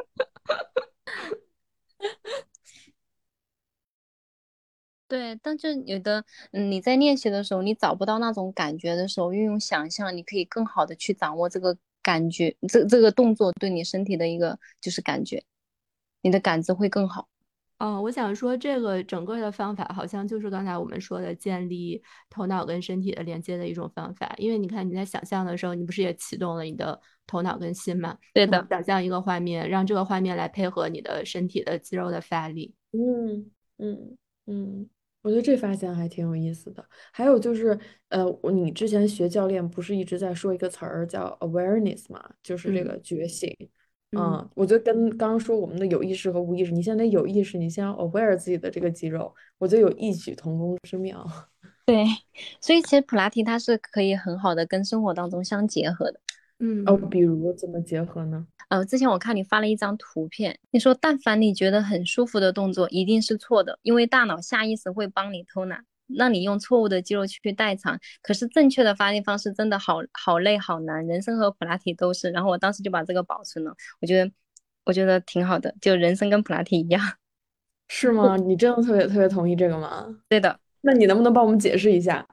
S3: 对，但就有的，你在练习的时候，你找不到那种感觉的时候，运用想象，你可以更好的去掌握这个感觉，这个动作对你身体的一个就是感觉，你的感知会更好。
S1: 我想说，这个整个的方法好像就是刚才我们说的建立头脑跟身体的连接的一种方法。因为你看你在想象的时候，你不是也启动了你的头脑跟心嘛？
S3: 对的。
S1: 想象一个画面，让这个画面来配合你的身体的肌肉的发力。
S2: 嗯嗯嗯，我觉得这发现还挺有意思的。还有就是，你之前学教练不是一直在说一个词儿叫 awareness 嘛，就是这
S1: 嗯
S2: 个觉醒。
S1: 嗯。
S2: 我觉得跟刚刚说我们的有意识和无意识，你现在有意识，你先要 aware 自己的这个肌肉，我觉得有异曲同工之妙。
S3: 对，所以其实普拉提它是可以很好的跟生活当中相结合的。
S2: 哦，
S1: 嗯。
S2: 比如怎么结合呢？
S3: 之前我看你发了一张图片，你说但凡你觉得很舒服的动作，一定是错的，因为大脑下意识会帮你偷懒，让你用错误的肌肉去代偿。可是正确的发力方式真的好累好难，人生和普拉提都是。然后我当时就把这个保存了，我觉得挺好的，就人生跟普拉提一样。
S2: 是吗？你真的特别特别同意这个吗？
S3: 对的。
S2: 那你能不能帮我们解释一下？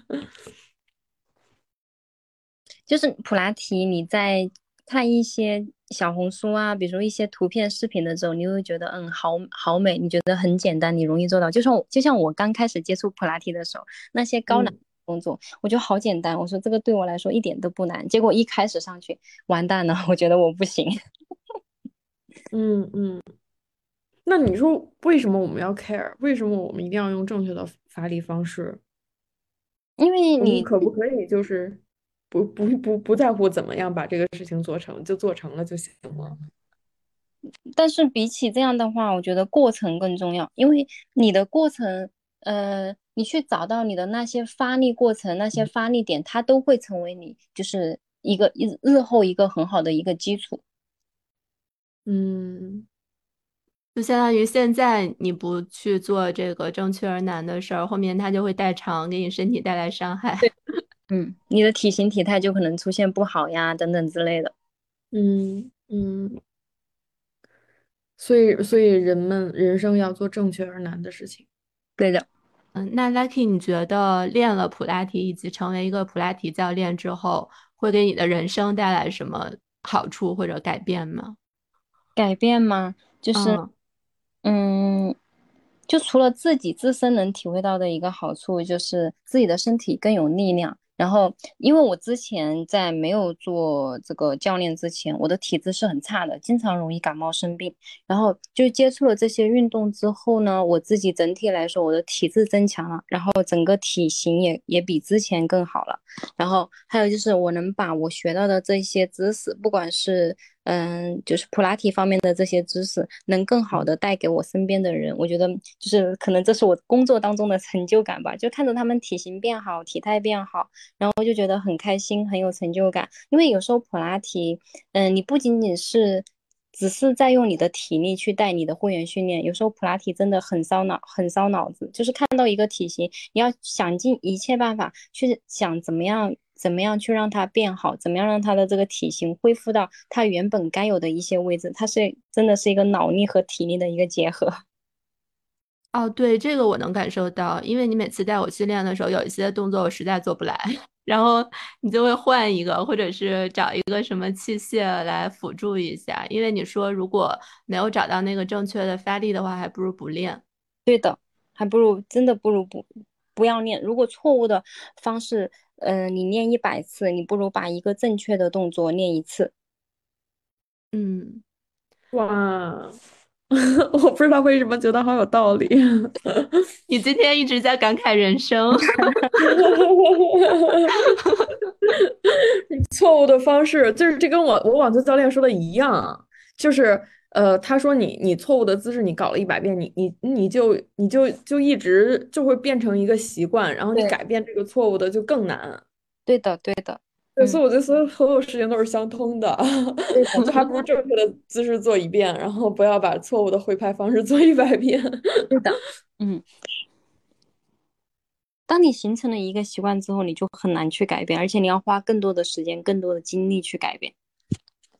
S3: 就是普拉提，你在看一些小红书啊，比如说一些图片、视频的时候，你会觉得好美，你觉得很简单，你容易做到。就像我刚开始接触普拉提的时候，那些高难
S2: 嗯
S3: 动作，我觉得好简单，我说这个对我来说一点都不难。结果一开始上去，完蛋了，我觉得我不行。
S2: 嗯嗯。那你说为什么我们要 care？为什么我们一定要用正确的发力方式？
S3: 因为
S2: 我们
S3: 你
S2: 可不可以就是不在乎怎么样把这个事情做成，就做成了就行了？
S3: 但是比起这样的话，我觉得过程更重要，因为你的过程，你去找到你的那些发力过程、那些发力点，它都会成为你就是日后一个很好的一个基础。
S2: 嗯
S1: 就相当于现在你不去做这个正确而难的事儿，后面它就会代偿，给你身体带来伤害。
S3: 你的体型体态就可能出现不好呀，等等之类的。
S2: 嗯嗯，所以人生要做正确而难的事情。
S3: 对的。
S1: 嗯，那 Lucky，你觉得练了普拉提以及成为一个普拉提教练之后，会给你的人生带来什么好处或者改变吗？
S3: 改变吗？就是，
S1: 嗯
S3: 嗯，就除了自己自身能体会到的一个好处，就是自己的身体更有力量。然后，因为我之前在没有做这个教练之前，我的体质是很差的，经常容易感冒生病。然后就接触了这些运动之后呢，我自己整体来说，我的体质增强了，然后整个体型也比之前更好了。然后还有就是我能把我学到的这些知识，不管是就是普拉提方面的这些知识，能更好的带给我身边的人。我觉得就是可能这是我工作当中的成就感吧，就看着他们体型变好，体态变好，然后就觉得很开心，很有成就感。因为有时候普拉提，你不仅仅是只是在用你的体力去带你的会员训练，有时候普拉提真的很烧脑，很烧脑子。就是看到一个体型，你要想尽一切办法去想怎么样去让它变好，怎么样让它的这个体型恢复到它原本该有的一些位置。它是真的是一个脑力和体力的一个结合。
S1: 哦，对，这个我能感受到，因为你每次带我训练的时候，有一些动作我实在做不来，然后你就会换一个，或者是找一个什么器械来辅助一下。因为你说如果没有找到那个正确的发力的话，还不如不练。
S3: 对的，还不如真的不如不要练。如果错误的方式，你练100次，你不如把一个正确的动作练一次。
S1: 嗯，
S2: 哇，我不知道为什么觉得好有道理。
S1: 你今天一直在感慨人生。
S2: 错误的方式，就是这跟我网球教练说的一样，就是他说你错误的姿势你搞了100遍，你就一直就会变成一个习惯，然后你
S3: 对，
S2: 改变这个错误的就更难。
S3: 对的，对的。
S2: 对，
S3: 嗯，
S2: 所以我觉得所有事情都是相通的，
S3: 对的，
S2: 就还不如正确的姿势做一遍，然后不要把错误的挥拍方式做100遍。
S3: 对的。嗯，当你形成了一个习惯之后，你就很难去改变，而且你要花更多的时间、更多的精力去改变。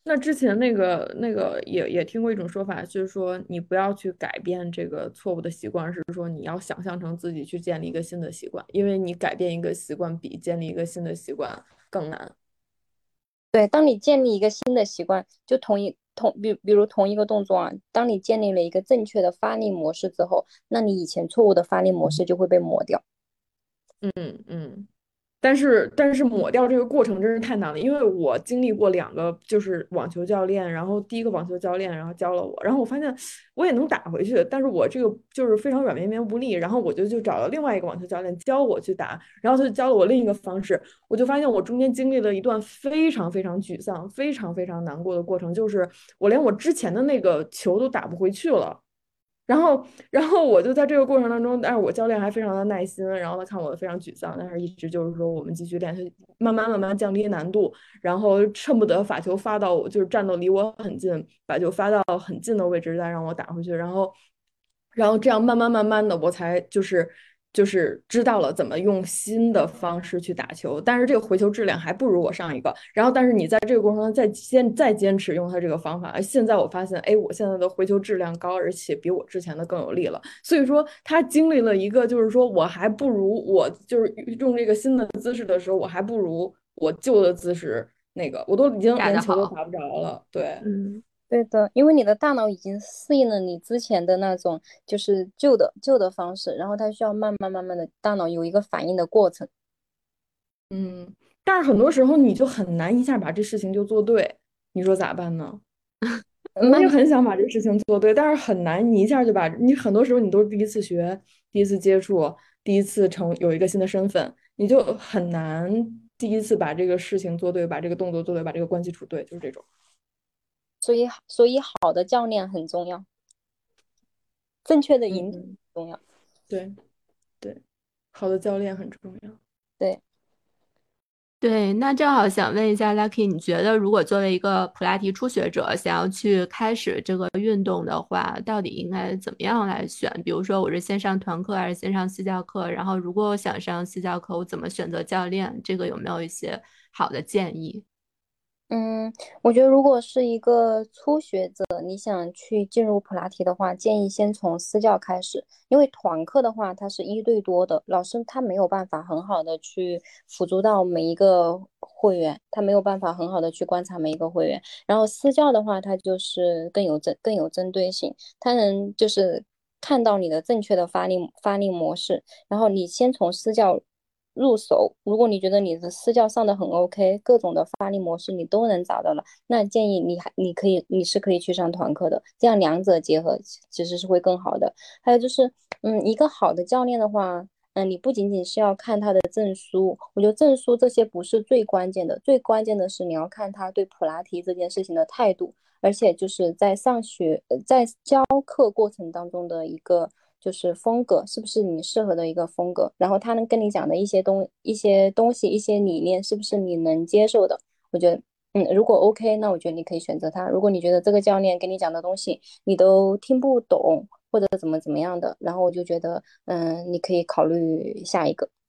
S2: 那之前那个也听过一种说法，就是说你不要去改变这个错误的习惯，是说你要想象成自己去建立一个新的习惯，因为你改变一个习惯比建立一个新的习惯更难。
S3: 对，当你建立一个新的习惯，就比如同一个动作啊，当你建立了一个正确的发力模式之后，那你以前错误的发力模式就会被抹掉。
S2: 嗯嗯。但是抹掉这个过程真是太难了，因为我经历过两个就是网球教练，然后第一个网球教练然后教了我，然后我发现我也能打回去，但是我这个就是非常软绵绵无力，然后我就找了另外一个网球教练教我去打，然后他就教了我另一个方式，我就发现我中间经历了一段非常非常沮丧、非常非常难过的过程，就是我连我之前的那个球都打不回去了。然后我就在这个过程当中，但是我教练还非常的耐心，然后他看我非常沮丧，但是一直就是说我们继续练，他慢慢慢慢降低难度，然后恨不得发球发到我就是站到离我很近，把球发到很近的位置再让我打回去，然后这样慢慢慢慢的我才就是知道了怎么用新的方式去打球，但是这个回球质量还不如我上一个。然后，但是你在这个过程中再坚持用它这个方法，现在我发现，哎，我现在的回球质量高，而且比我之前的更有力了。所以说，他经历了一个，就是说我还不如我就是用这个新的姿势的时候，我还不如我旧的姿势那个，我都已经
S1: 打
S2: 连
S1: 得好。
S2: 球都打不着了。对。
S1: 嗯。
S3: 对的，因为你的大脑已经适应了你之前的那种就是旧的方式，然后它需要慢慢的大脑有一个反应的过程。
S2: 嗯，但是很多时候你就很难一下把这事情就做对，你说咋办呢？我也
S3: 慢
S2: 很想把这个事情做对，但是很难，你一下就把你很多时候你都是第一次学、第一次接触、第一次有一个新的身份，你就很难第一次把这个事情做对，把这个动作做对，把这个关系处对，就是这种。
S3: 所以好的教练很重要，正确的引导
S2: 嗯，
S3: 很重要。
S2: 对对，好的教练很重要。
S3: 对。
S1: 对，那正好想问一下 Lucky，你觉得如果作为一个普拉提初学者，想要去开始这个运动的话，到底应该怎么样来选？比如说，我是先上团课还是先上私教课？然后，如果我想上私教课，我怎么选择教练？这个有没有一些好的建议？
S3: 嗯，我觉得如果是一个初学者，你想去进入普拉提的话，建议先从私教开始，因为团课的话，它是一对多的，老师他没有办法很好的去辅助到每一个会员，他没有办法很好的去观察每一个会员。然后私教的话，它就是更有针对性，它能就是看到你的正确的发力模式，然后你先从私教入手，如果你觉得你的私教上的很 OK，各种的发力模式你都能找到了，那建议你是可以去上团课的，这样两者结合其实是会更好的。还有就是，一个好的教练的话，你不仅仅是要看他的证书，我觉得证书这些不是最关键的，最关键的是你要看他对普拉提这件事情的态度。而且就是在上学，在教课过程当中的一个就是风格，是不是你适合的一个风格？然后他能跟你讲的一些东西、一些理念，是不是你能接受的？我觉得，如果 OK，那我觉得你可以选择他。如果你觉得这个教练跟你讲的东西你都听不懂，或者怎么样的，然后我就觉得，你可以考虑下一个。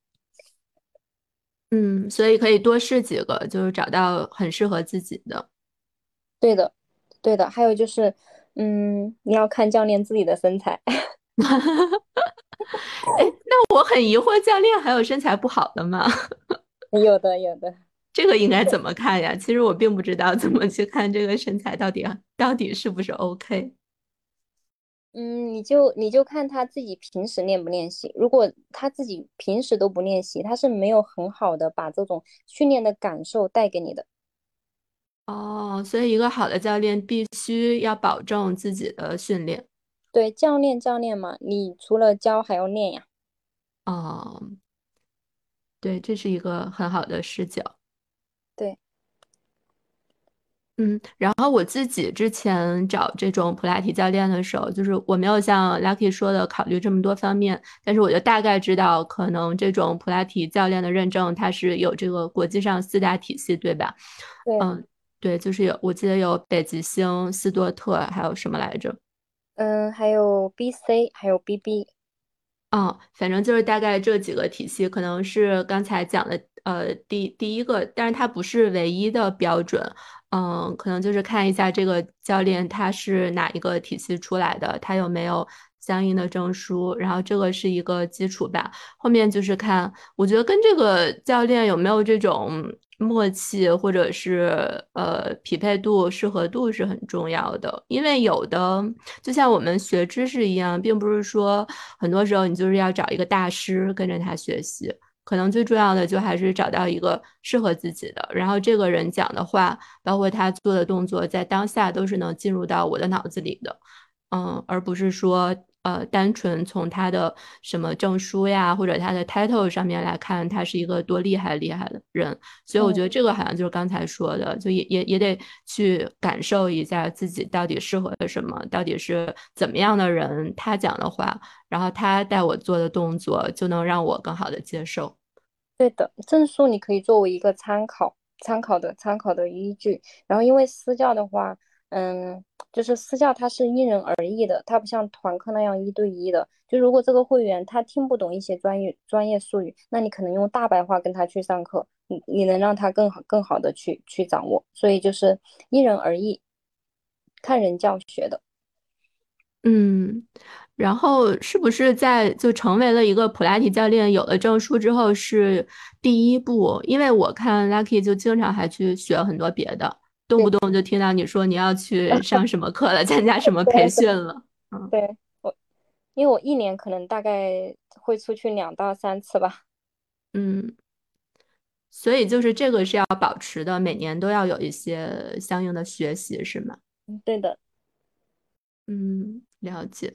S1: 嗯，所以可以多试几个，就是找到很适合自己的。
S3: 对的，对的。还有就是，你要看教练自己的身材。
S1: 哎，那我很疑惑，教练还有身材不好的吗？
S3: 有的，有的。
S1: 这个应该怎么看呀？其实我并不知道怎么去看这个身材到底是不是 OK。
S3: 你就看他自己平时练不练习。如果他自己平时都不练习，他是没有很好的把这种训练的感受带给你的。
S1: 哦，所以一个好的教练必须要保证自己的训练。
S3: 对，教练嘛，你除了教还要练呀。
S1: 哦，对，这是一个很好的视角。
S3: 对。
S1: 嗯，然后我自己之前找这种普拉提教练的时候，就是我没有像 Lucky 说的考虑这么多方面，但是我就大概知道，可能这种普拉提教练的认证，它是有这个国际上四大体系，对吧？
S3: 对。
S1: 嗯，对，就是我记得有北极星、斯多特，还有什么来着？
S3: 还有 BC，还有 BB。
S1: 哦，反正就是大概这几个体系，可能是刚才讲的第一个，但是它不是唯一的标准。 可能就是看一下这个教练他是哪一个体系出来的，他有没有相应的证书，然后这个是一个基础吧。后面就是看，我觉得跟这个教练有没有这种默契，或者是匹配度、适合度是很重要的。因为有的就像我们学知识一样，并不是说很多时候你就是要找一个大师跟着他学习。可能最重要的就还是找到一个适合自己的，然后这个人讲的话，包括他做的动作，在当下都是能进入到我的脑子里的，而不是说单纯从他的什么证书呀或者他的 title 上面来看，他是一个多厉害的人。所以我
S3: 嗯，
S1: 觉得这个好像就是刚才说的，就也得去感受一下自己到底适合什么，到底是怎么样的人，他讲的话。然后他带我做的动作就能让我更好的接受。
S3: 对的，证书你可以作为一个参考的依据。然后因为私教的话，就是私教它是因人而异的，它不像团课那样一对一的。就如果这个会员他听不懂一些专业术语，那你可能用大白话跟他去上课，你能让他更好的去掌握。所以就是因人而异，看人教学的。
S1: 嗯，然后是不是在就成为了一个普拉提教练，有了证书之后是第一步？因为我看 Lucky 就经常还去学很多别的，动不
S3: 对
S1: 动就听到你说你要去上什么课了，参加什么培训了。嗯
S3: 对，因为我一年可能大概会出去2到3次吧。
S1: 嗯，所以就是这个是要保持的，每年都要有一些相应的学习，是吗？
S3: 对的。
S1: 嗯，了解。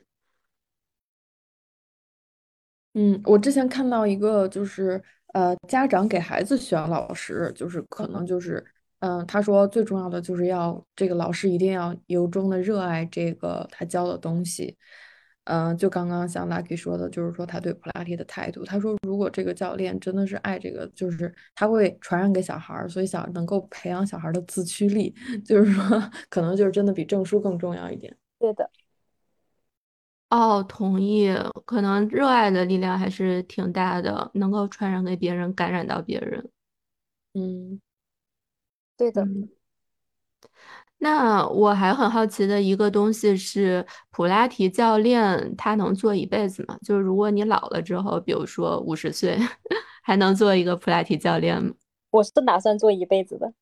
S2: 我之前看到一个，就是家长给孩子选老师，就是可能就是，他说最重要的就是要这个老师一定要由衷的热爱这个他教的东西。就刚刚像 Lucky 说的，就是说他对普拉提的态度，他说如果这个教练真的是爱这个，就是他会传染给小孩儿，所以想能够培养小孩儿的自驱力，就是说可能就是真的比证书更重要一点。
S3: 对的。
S1: 哦，同意，可能热爱的力量还是挺大的，能够传染给别人，感染到别人。
S2: 嗯。
S3: 对的。
S1: 嗯，那我还很好奇的一个东西是，普拉提教练他能做一辈子吗？就是如果你老了之后，比如说50岁，还能做一个普拉提教练吗？
S3: 我是打算做一辈子的。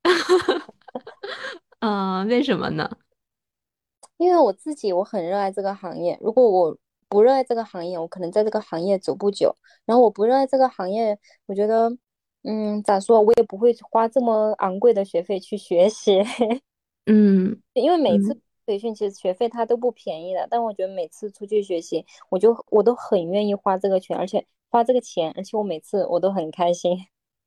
S1: 嗯，为什么呢？
S3: 因为我很热爱这个行业。如果我不热爱这个行业，我可能在这个行业走不久。然后我不热爱这个行业，我觉得，咋说，我也不会花这么昂贵的学费去学习。
S1: 嗯
S3: 因为每次
S1: 嗯。
S3: 培训其实学费它都不便宜的，但我觉得每次出去学习，我都很愿意花这个钱，而且花这个钱，而且我每次我都很开心。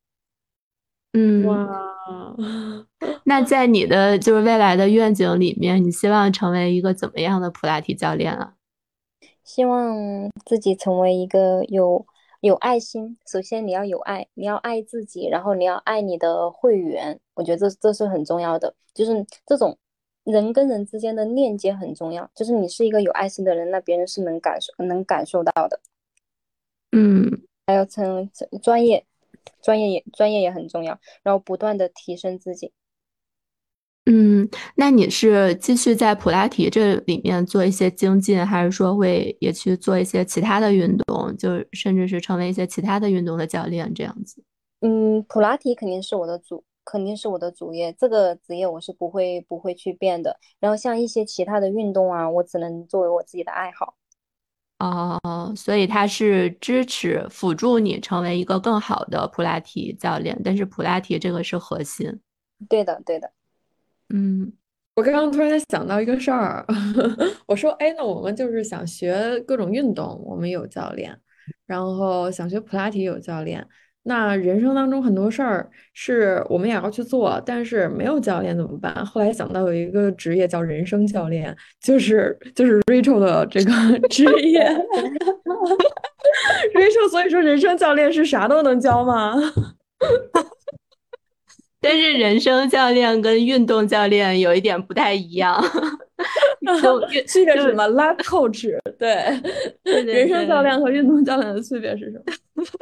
S1: 嗯，
S2: 哇，
S1: 那在你的就是未来的愿景里面，你希望成为一个怎么样的普拉提教练啊？
S3: 希望自己成为一个有爱心。首先你要有爱，你要爱自己，然后你要爱你的会员。我觉得这是很重要的，就是这种人跟人之间的链接很重要。就是你是一个有爱心的人，那别人是能感受到的。
S1: 嗯。
S3: 还有专业，专业也很重要，然后不断的提升自己。
S1: 嗯，那你是继续在普拉提这里面做一些精进，还是说会也去做一些其他的运动，就甚至是成为一些其他的运动的教练这样子？
S3: 普拉提肯定是我的主业，这个职业我是不会去变的。然后像一些其他的运动啊，我只能作为我自己的爱好。
S1: 哦，所以他是支持辅助你成为一个更好的普拉提教练，但是普拉提这个是核心。
S3: 对的，对的。
S1: 嗯。
S2: 我刚刚突然间想到一个事儿，我说，哎，那我们就是想学各种运动，我们有教练，然后想学普拉提有教练。那人生当中很多事儿是我们也要去做，但是没有教练怎么办？后来想到有一个职业叫人生教练，就是 Rachel 的这个职业。Rachel，所以说人生教练是啥都能教吗？
S1: 但是人生教练跟运动教练有一点不太一样，
S2: 区别
S1: 就
S2: 是什么？Life coach，对，
S1: 对对
S2: 人生教
S1: 对。
S2: 练和运动教练的区别是什么？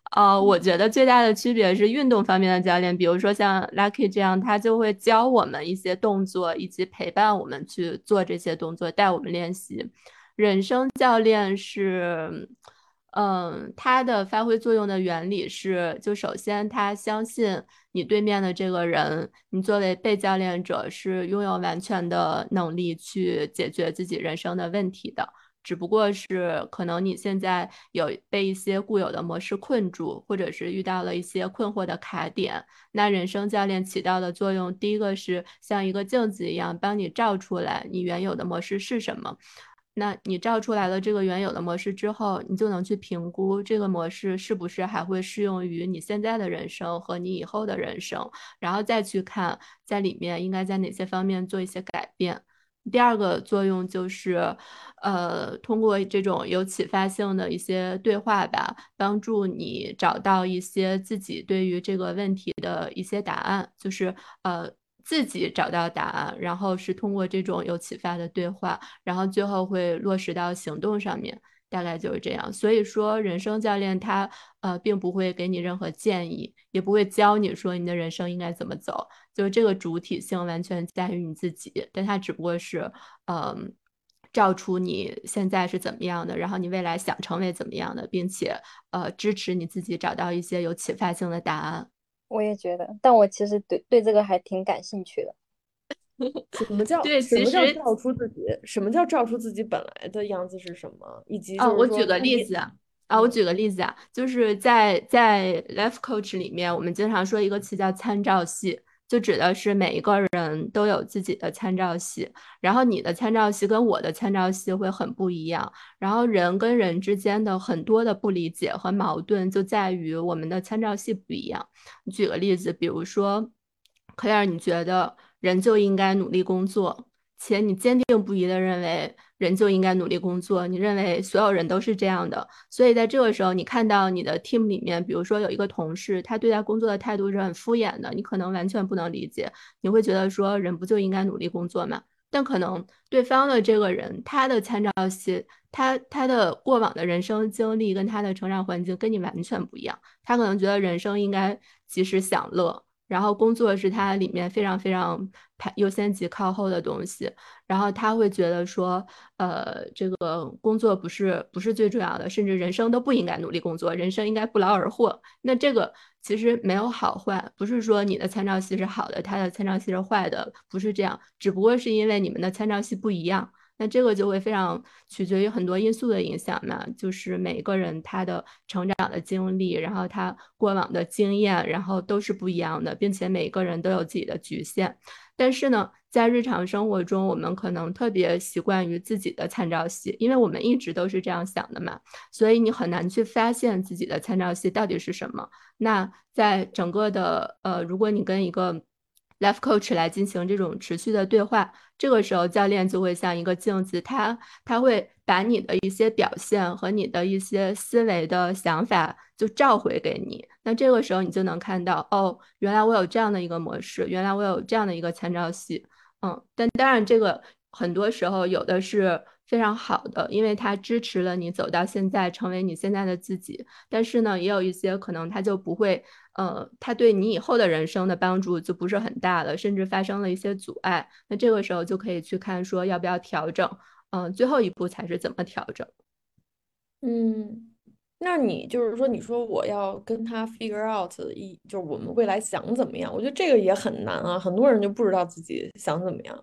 S1: 我觉得最大的区别是运动方面的教练，比如说像 Lucky 这样，他就会教我们一些动作，以及陪伴我们去做这些动作，带我们练习。人生教练是，他的发挥作用的原理是，就首先他相信你对面的这个人，你作为被教练者是拥有完全的能力去解决自己人生的问题的。只不过是可能你现在有被一些固有的模式困住，或者是遇到了一些困惑的卡点。那人生教练起到的作用，第一个是像一个镜子一样，帮你照出来你原有的模式是什么。那你照出来了这个原有的模式之后，你就能去评估这个模式是不是还会适用于你现在的人生和你以后的人生，然后再去看在里面应该在哪些方面做一些改变。第二个作用就是，通过这种有启发性的一些对话吧，帮助你找到一些自己对于这个问题的一些答案，就是自己找到答案，然后是通过这种有启发的对话，然后最后会落实到行动上面。大概就是这样，所以说人生教练他并不会给你任何建议，也不会教你说你的人生应该怎么走，就是这个主体性完全在于你自己，但它只不过是，嗯，照出你现在是怎么样的，然后你未来想成为怎么样的，并且支持你自己找到一些有启发性的答案。
S3: 我也觉得，但我其实对这个还挺感兴趣的。
S2: 什么叫
S1: 对，
S2: 什么叫
S1: 其实
S2: 照出自己？什么叫照出自己本来的样子是什么？以及
S1: 啊，
S2: 就是说，
S1: 我举个
S2: 那你，
S1: 例子啊，我
S2: 嗯
S1: 举个例子啊，就是在 Life Coach 里面，我们经常说一个词叫参照系，就指的是每一个人都有自己的参照系，然后你的参照系跟我的参照系会很不一样，然后人跟人之间的很多的不理解和矛盾就在于我们的参照系不一样。举个例子，比如说，Claire，你觉得人就应该努力工作？且你坚定不移地认为人就应该努力工作，你认为所有人都是这样的，所以在这个时候，你看到你的 team 里面，比如说有一个同事，他对待工作的态度是很敷衍的，你可能完全不能理解，你会觉得说人不就应该努力工作吗？但可能对方的这个人，他的参照系，他的过往的人生经历跟他的成长环境跟你完全不一样，他可能觉得人生应该及时享乐，然后工作是他里面非常非常排优先级靠后的东西，然后他会觉得说，这个工作不是最重要的，甚至人生都不应该努力工作，人生应该不劳而获。那这个其实没有好坏，不是说你的参照系是好的，他的参照系是坏的，不是这样，只不过是因为你们的参照系不一样。那这个就会非常取决于很多因素的影响嘛，就是每个人他的成长的经历，然后他过往的经验，然后都是不一样的，并且每个人都有自己的局限。但是呢，在日常生活中，我们可能特别习惯于自己的参照系，因为我们一直都是这样想的嘛，所以你很难去发现自己的参照系到底是什么。那在整个的如果你跟一个 life coach 来进行这种持续的对话，这个时候教练就会像一个镜子，他会把你的一些表现和你的一些思维的想法就召回给你。那这个时候你就能看到，哦，原来我有这样的一个模式，原来我有这样的一个参照系。但当然这个很多时候有的是非常好的，因为它支持了你走到现在，成为你现在的自己。但是呢，也有一些可能它就不会，它对你以后的人生的帮助就不是很大了，甚至发生了一些阻碍。那这个时候就可以去看说要不要调整，最后一步才是怎么调整。
S2: 嗯，那你就是说，你说我要跟他 figure out 就是我们未来想怎么样？我觉得这个也很难啊，很多人就不知道自己想怎么样。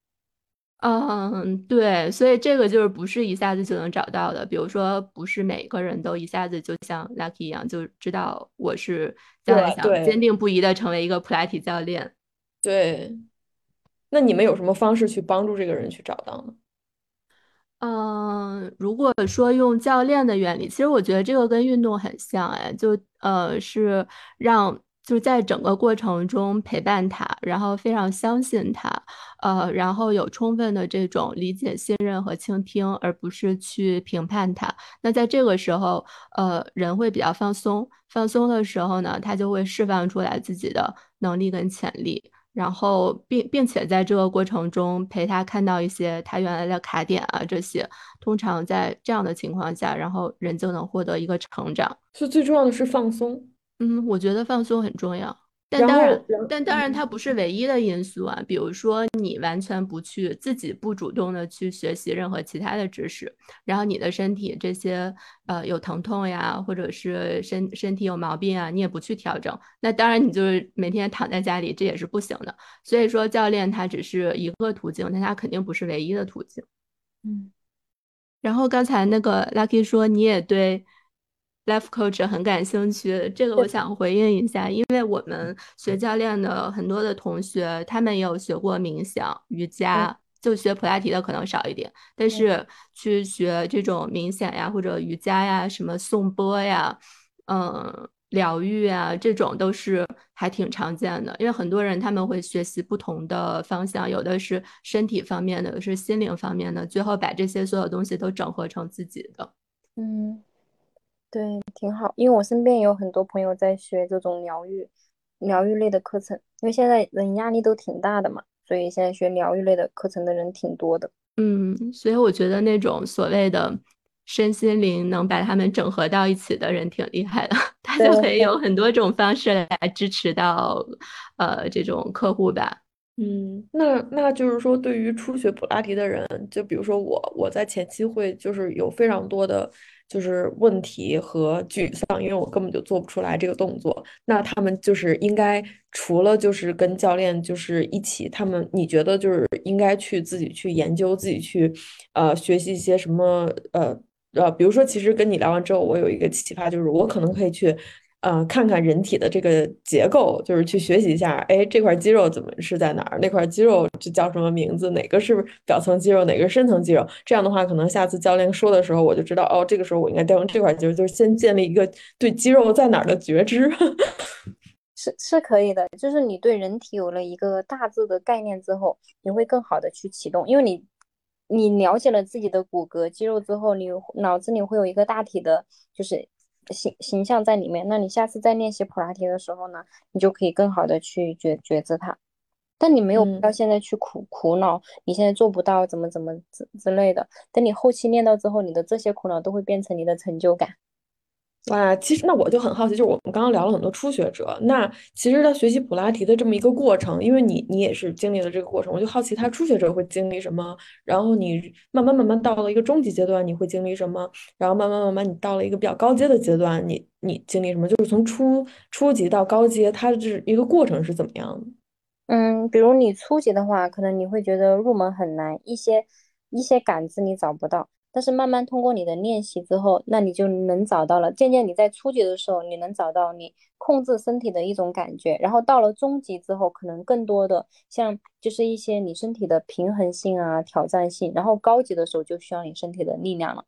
S1: 对，所以这个就是不是一下子就能找到的。比如说，不是每个人都一下子就像 Lucky 一样，就知道我是将来想坚
S2: 对
S1: 定不移的成为一个普拉提教练。
S2: 对，那你们有什么方式去帮助这个人去找到呢？
S1: 如果说用教练的原理，其实我觉得这个跟运动很像，哎，是让就是在整个过程中陪伴他，然后非常相信他，然后有充分的这种理解、信任和倾听，而不是去评判他。那在这个时候，人会比较放松，放松的时候呢，他就会释放出来自己的能力跟潜力。 然后并且在这个过程中陪他看到一些他原来的卡点啊这些，通常在这样的情况下，然后人就能获得一个成长。
S2: 所以最重要的是放松。
S1: 嗯，我觉得放松很重要，但
S2: 然
S1: 当然，
S2: 后，然后，
S1: 但当然它不是唯一的因素啊。比如说，你完全不去自己不主动的去学习任何其他的知识，然后你的身体这些有疼痛呀，或者是身体有毛病啊，你也不去调整，那当然你就是每天躺在家里，这也是不行的。所以说，教练他只是一个途径，但他肯定不是唯一的途径。
S3: 嗯。
S1: 然后刚才那个 Lucky 说你也对 life coach 很感兴趣，这个我想回应一下，因为我们学教练的很多的同学，他们也有学过冥想、瑜
S2: 嗯
S1: 伽，就学普拉提的可能少一点，但
S3: 嗯
S1: 是去学这种冥想呀，或者瑜伽呀，什么颂钵呀，疗愈啊，这种都是还挺常见的，因为很多人他们会学习不同的方向，有的是身体方面的，有的是心灵方面的，最后把这些所有东西都整合成自己的。
S3: 嗯，对，挺好。因为我身边也有很多朋友在学这种疗愈类的课程，因为现在人压力都挺大的嘛，所以现在学疗愈类的课程的人挺多的。
S1: 嗯，所以我觉得那种所谓的身心灵能把他们整合到一起的人挺厉害的，他就可以
S3: 对，
S1: 有很多种方式来支持到这种客户吧。
S2: 那就是说，对于初学普拉提的人，就比如说我在前期会就是有非常多的就是问题和沮丧，因为我根本就做不出来这个动作。那他们就是应该除了就是跟教练就是一起，他们你觉得就是应该去自己去研究，自己去学习一些什么比如说，其实跟你聊完之后，我有一个启发，就是我可能可以去看看人体的这个结构，就是去学习一下，哎，这块肌肉怎么是在哪儿？那块肌肉这叫什么名字？哪个是表层肌肉，哪个是深层肌肉？这样的话，可能下次教练说的时候，我就知道，哦，这个时候我应该调用这块肌肉，就是先建立一个对肌肉在哪儿的觉知。
S3: 是可以的，就是你对人体有了一个大致的概念之后，你会更好的去启动，因为你了解了自己的骨骼肌肉之后，你脑子里会有一个大体的，就是形象在里面。那你下次再练习普拉提的时候呢，你就可以更好的去觉知它。但你没有必要
S2: 嗯。
S3: 现在去苦恼，你现在做不到怎么之类的。等你后期练到之后，你的这些苦恼都会变成你的成就感。
S2: 哇，其实那我就很好奇，就是我们刚刚聊了很多初学者，那其实他学习普拉提的这么一个过程，因为你也是经历了这个过程，我就好奇他初学者会经历什么，然后你慢慢到了一个中级阶段，你会经历什么，然后慢慢你到了一个比较高阶的阶段，你经历什么，就是从初级到高阶，它这一个过程是怎么样的？
S3: 嗯，比如你初级的话，可能你会觉得入门很难，一些感知你找不到，但是慢慢通过你的练习之后，那你就能找到了。渐渐你在初级的时候，你能找到你控制身体的一种感觉，然后到了中级之后，可能更多的像就是一些你身体的平衡性啊、挑战性，然后高级的时候就需要你身体的力量了，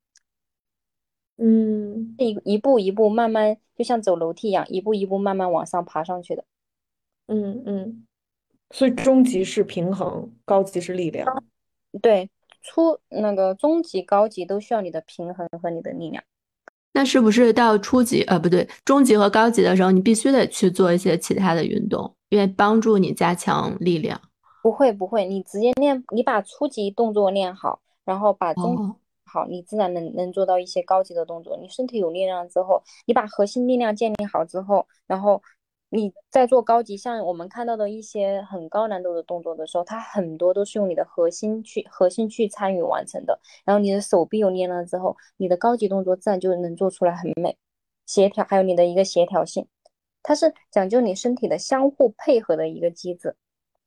S2: 嗯
S3: 一步一步慢慢，就像走楼梯一样，一步一步慢慢往上爬上去的。
S2: 嗯，所以中级是平衡，高级是力量。
S3: 对，那个中级、高级都需要你的平衡和你的力量。
S1: 那是不是到初级，不对，中级和高级的时候，你必须得去做一些其他的运动，因为帮助你加强力量？
S3: 不会不会，你直接练，你把初级动作练好，然后把中
S1: 哦，
S3: 好，你自然能做到一些高级的动作。你身体有力量之后，你把核心力量建立好之后，然后你再做高级，像我们看到的一些很高难度的动作的时候，它很多都是用你的核心去参与完成的。然后你的手臂有力量之后，你的高级动作自然就能做出来很美，协调，还有你的一个协调性，它是讲究你身体的相互配合的一个机制。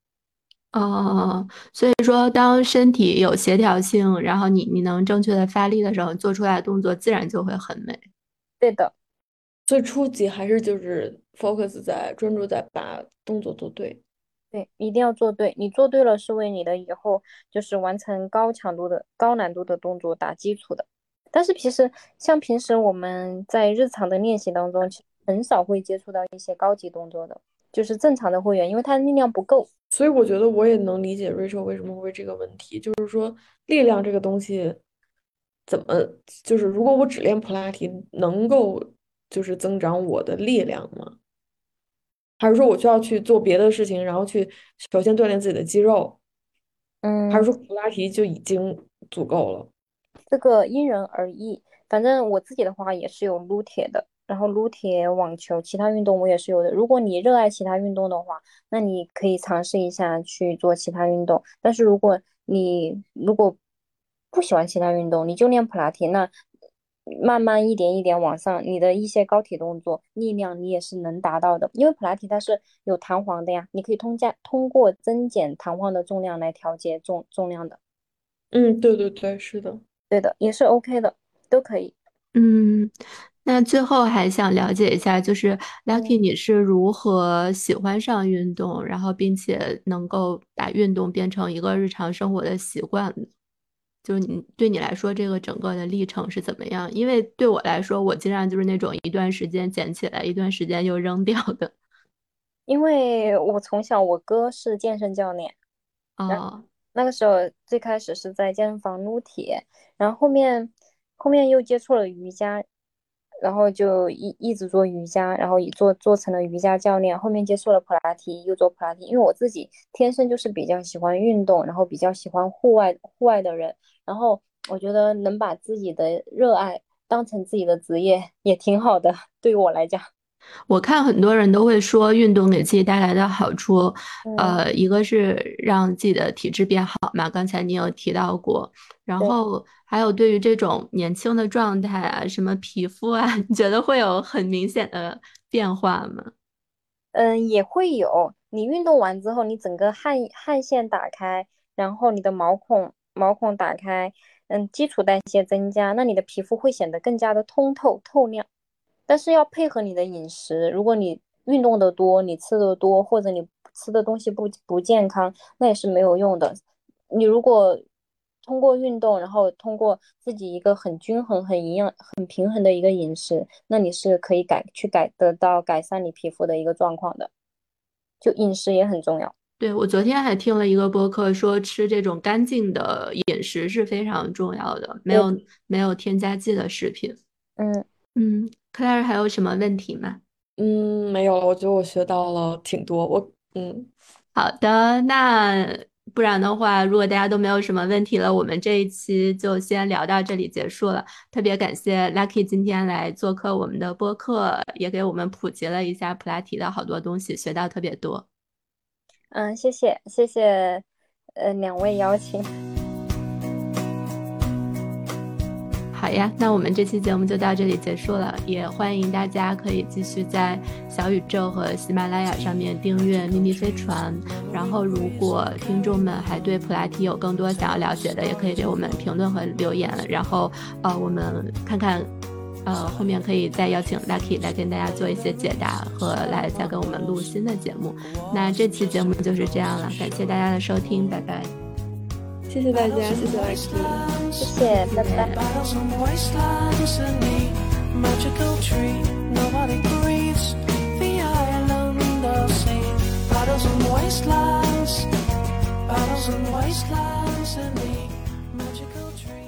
S1: 所以说，当身体有协调性，然后你能正确的发力的时候，做出来的动作自然就会很美。
S3: 对的。
S2: 最初级还是就是 focus 在专注在把动作做对。
S3: 对，一定要做对。你做对了，是为你的以后就是完成高强度的、高难度的动作打基础的。但是其实像平时我们在日常的练习当中，其实很少会接触到一些高级动作的，就是正常的会员，因为他的力量不够。
S2: 所以我觉得我也能理解 Rachel 为什么会这个问题，就是说力量这个东西怎么，就是如果我只练普拉提，能够就是增长我的力量吗？ 还是说我需要去做别的事情，然后去首先锻炼自己的肌肉，还是
S3: 嗯，
S2: 说普拉提就已经足够了？
S3: 这个因人而异。反正我自己的话也是有撸铁的，然后撸铁、网球，其他运动我也是有的。如果你热爱其他运动的话，那你可以尝试一下去做其他运动。但是如果不喜欢其他运动，你就练普拉提，那慢慢一点一点往上，你的一些高体动作力量你也是能达到的。因为普拉提它是有弹簧的呀，你可以通过增减弹簧的重量来调节重量的。
S2: 嗯，对对对，是的。
S3: 对的，也是 OK 的，都可以。
S1: 嗯，那最后还想了解一下，就是 Lucky
S3: 嗯。
S1: 你是如何喜欢上运动，然后并且能够把运动变成一个日常生活的习惯的？就是对你来说，这个整个的历程是怎么样？因为对我来说，我经常就是那种一段时间捡起来，一段时间又扔掉的。
S3: 因为我从小我哥是健身教练，然后
S1: 哦，
S3: 那个时候最开始是在健身房撸铁，然后后面又接触了瑜伽，然后就一直做瑜伽，然后以做成了瑜伽教练，后面接触了普拉提，又做普拉提，因为我自己天生就是比较喜欢运动，然后比较喜欢户外的人，然后我觉得能把自己的热爱当成自己的职业也挺好的，对于我来讲。
S1: 我看很多人都会说运动给自己带来的好处，
S3: 嗯，
S1: 一个是让自己的体质变好嘛，刚才你有提到过，然
S3: 对。
S1: 后还有对于这种年轻的状态啊，什么皮肤啊，你觉得会有很明显的变化吗？
S3: 也会有。你运动完之后，你整个汗腺打开，然后你的毛孔打开，基础代谢增加，那你的皮肤会显得更加的通透透亮。但是要配合你的饮食，如果你运动的多，你吃的多，或者你吃的东西不健康，那也是没有用的。你如果通过运动，然后通过自己一个很均衡、很营养、很平衡的一个饮食，那你是可以得到改善你皮肤的一个状况的。就饮食也很重要。
S1: 对，我昨天还听了一个播客，说吃这种干净的饮食是非常重要的，没
S3: 对，
S1: 有没有添加剂的食品。
S3: 嗯
S1: 嗯，Claire 还有什么问题吗？
S2: 没有了，我觉得我学到了挺多。
S1: 好的，那不然的话，如果大家都没有什么问题了，我们这一期就先聊到这里结束了。特别感谢 Lucky 今天来做客我们的播客，也给我们普及了一下普拉提的好多东西，学到特别多。
S3: 谢谢谢谢，两位邀请。
S1: 好呀，那我们这期节目就到这里结束了，也欢迎大家可以继续在小宇宙和喜马拉雅上面订阅秘密飞船。然后，如果听众们还对普拉提有更多想要了解的，也可以给我们评论和留言。然后，我们看看，后面可以再邀请 Lucky 来跟大家做一些解答和来再跟我们录新的节目。那这期节目就是这样了，感谢大家的收听，拜拜。
S2: 谢谢大家，谢谢 Lucky。
S3: 谢谢，拜拜。
S4: Battles and wastelands and the magical tree. Nobody grieves the island of sea. Battles and wastelands and wastelands and the magical tree.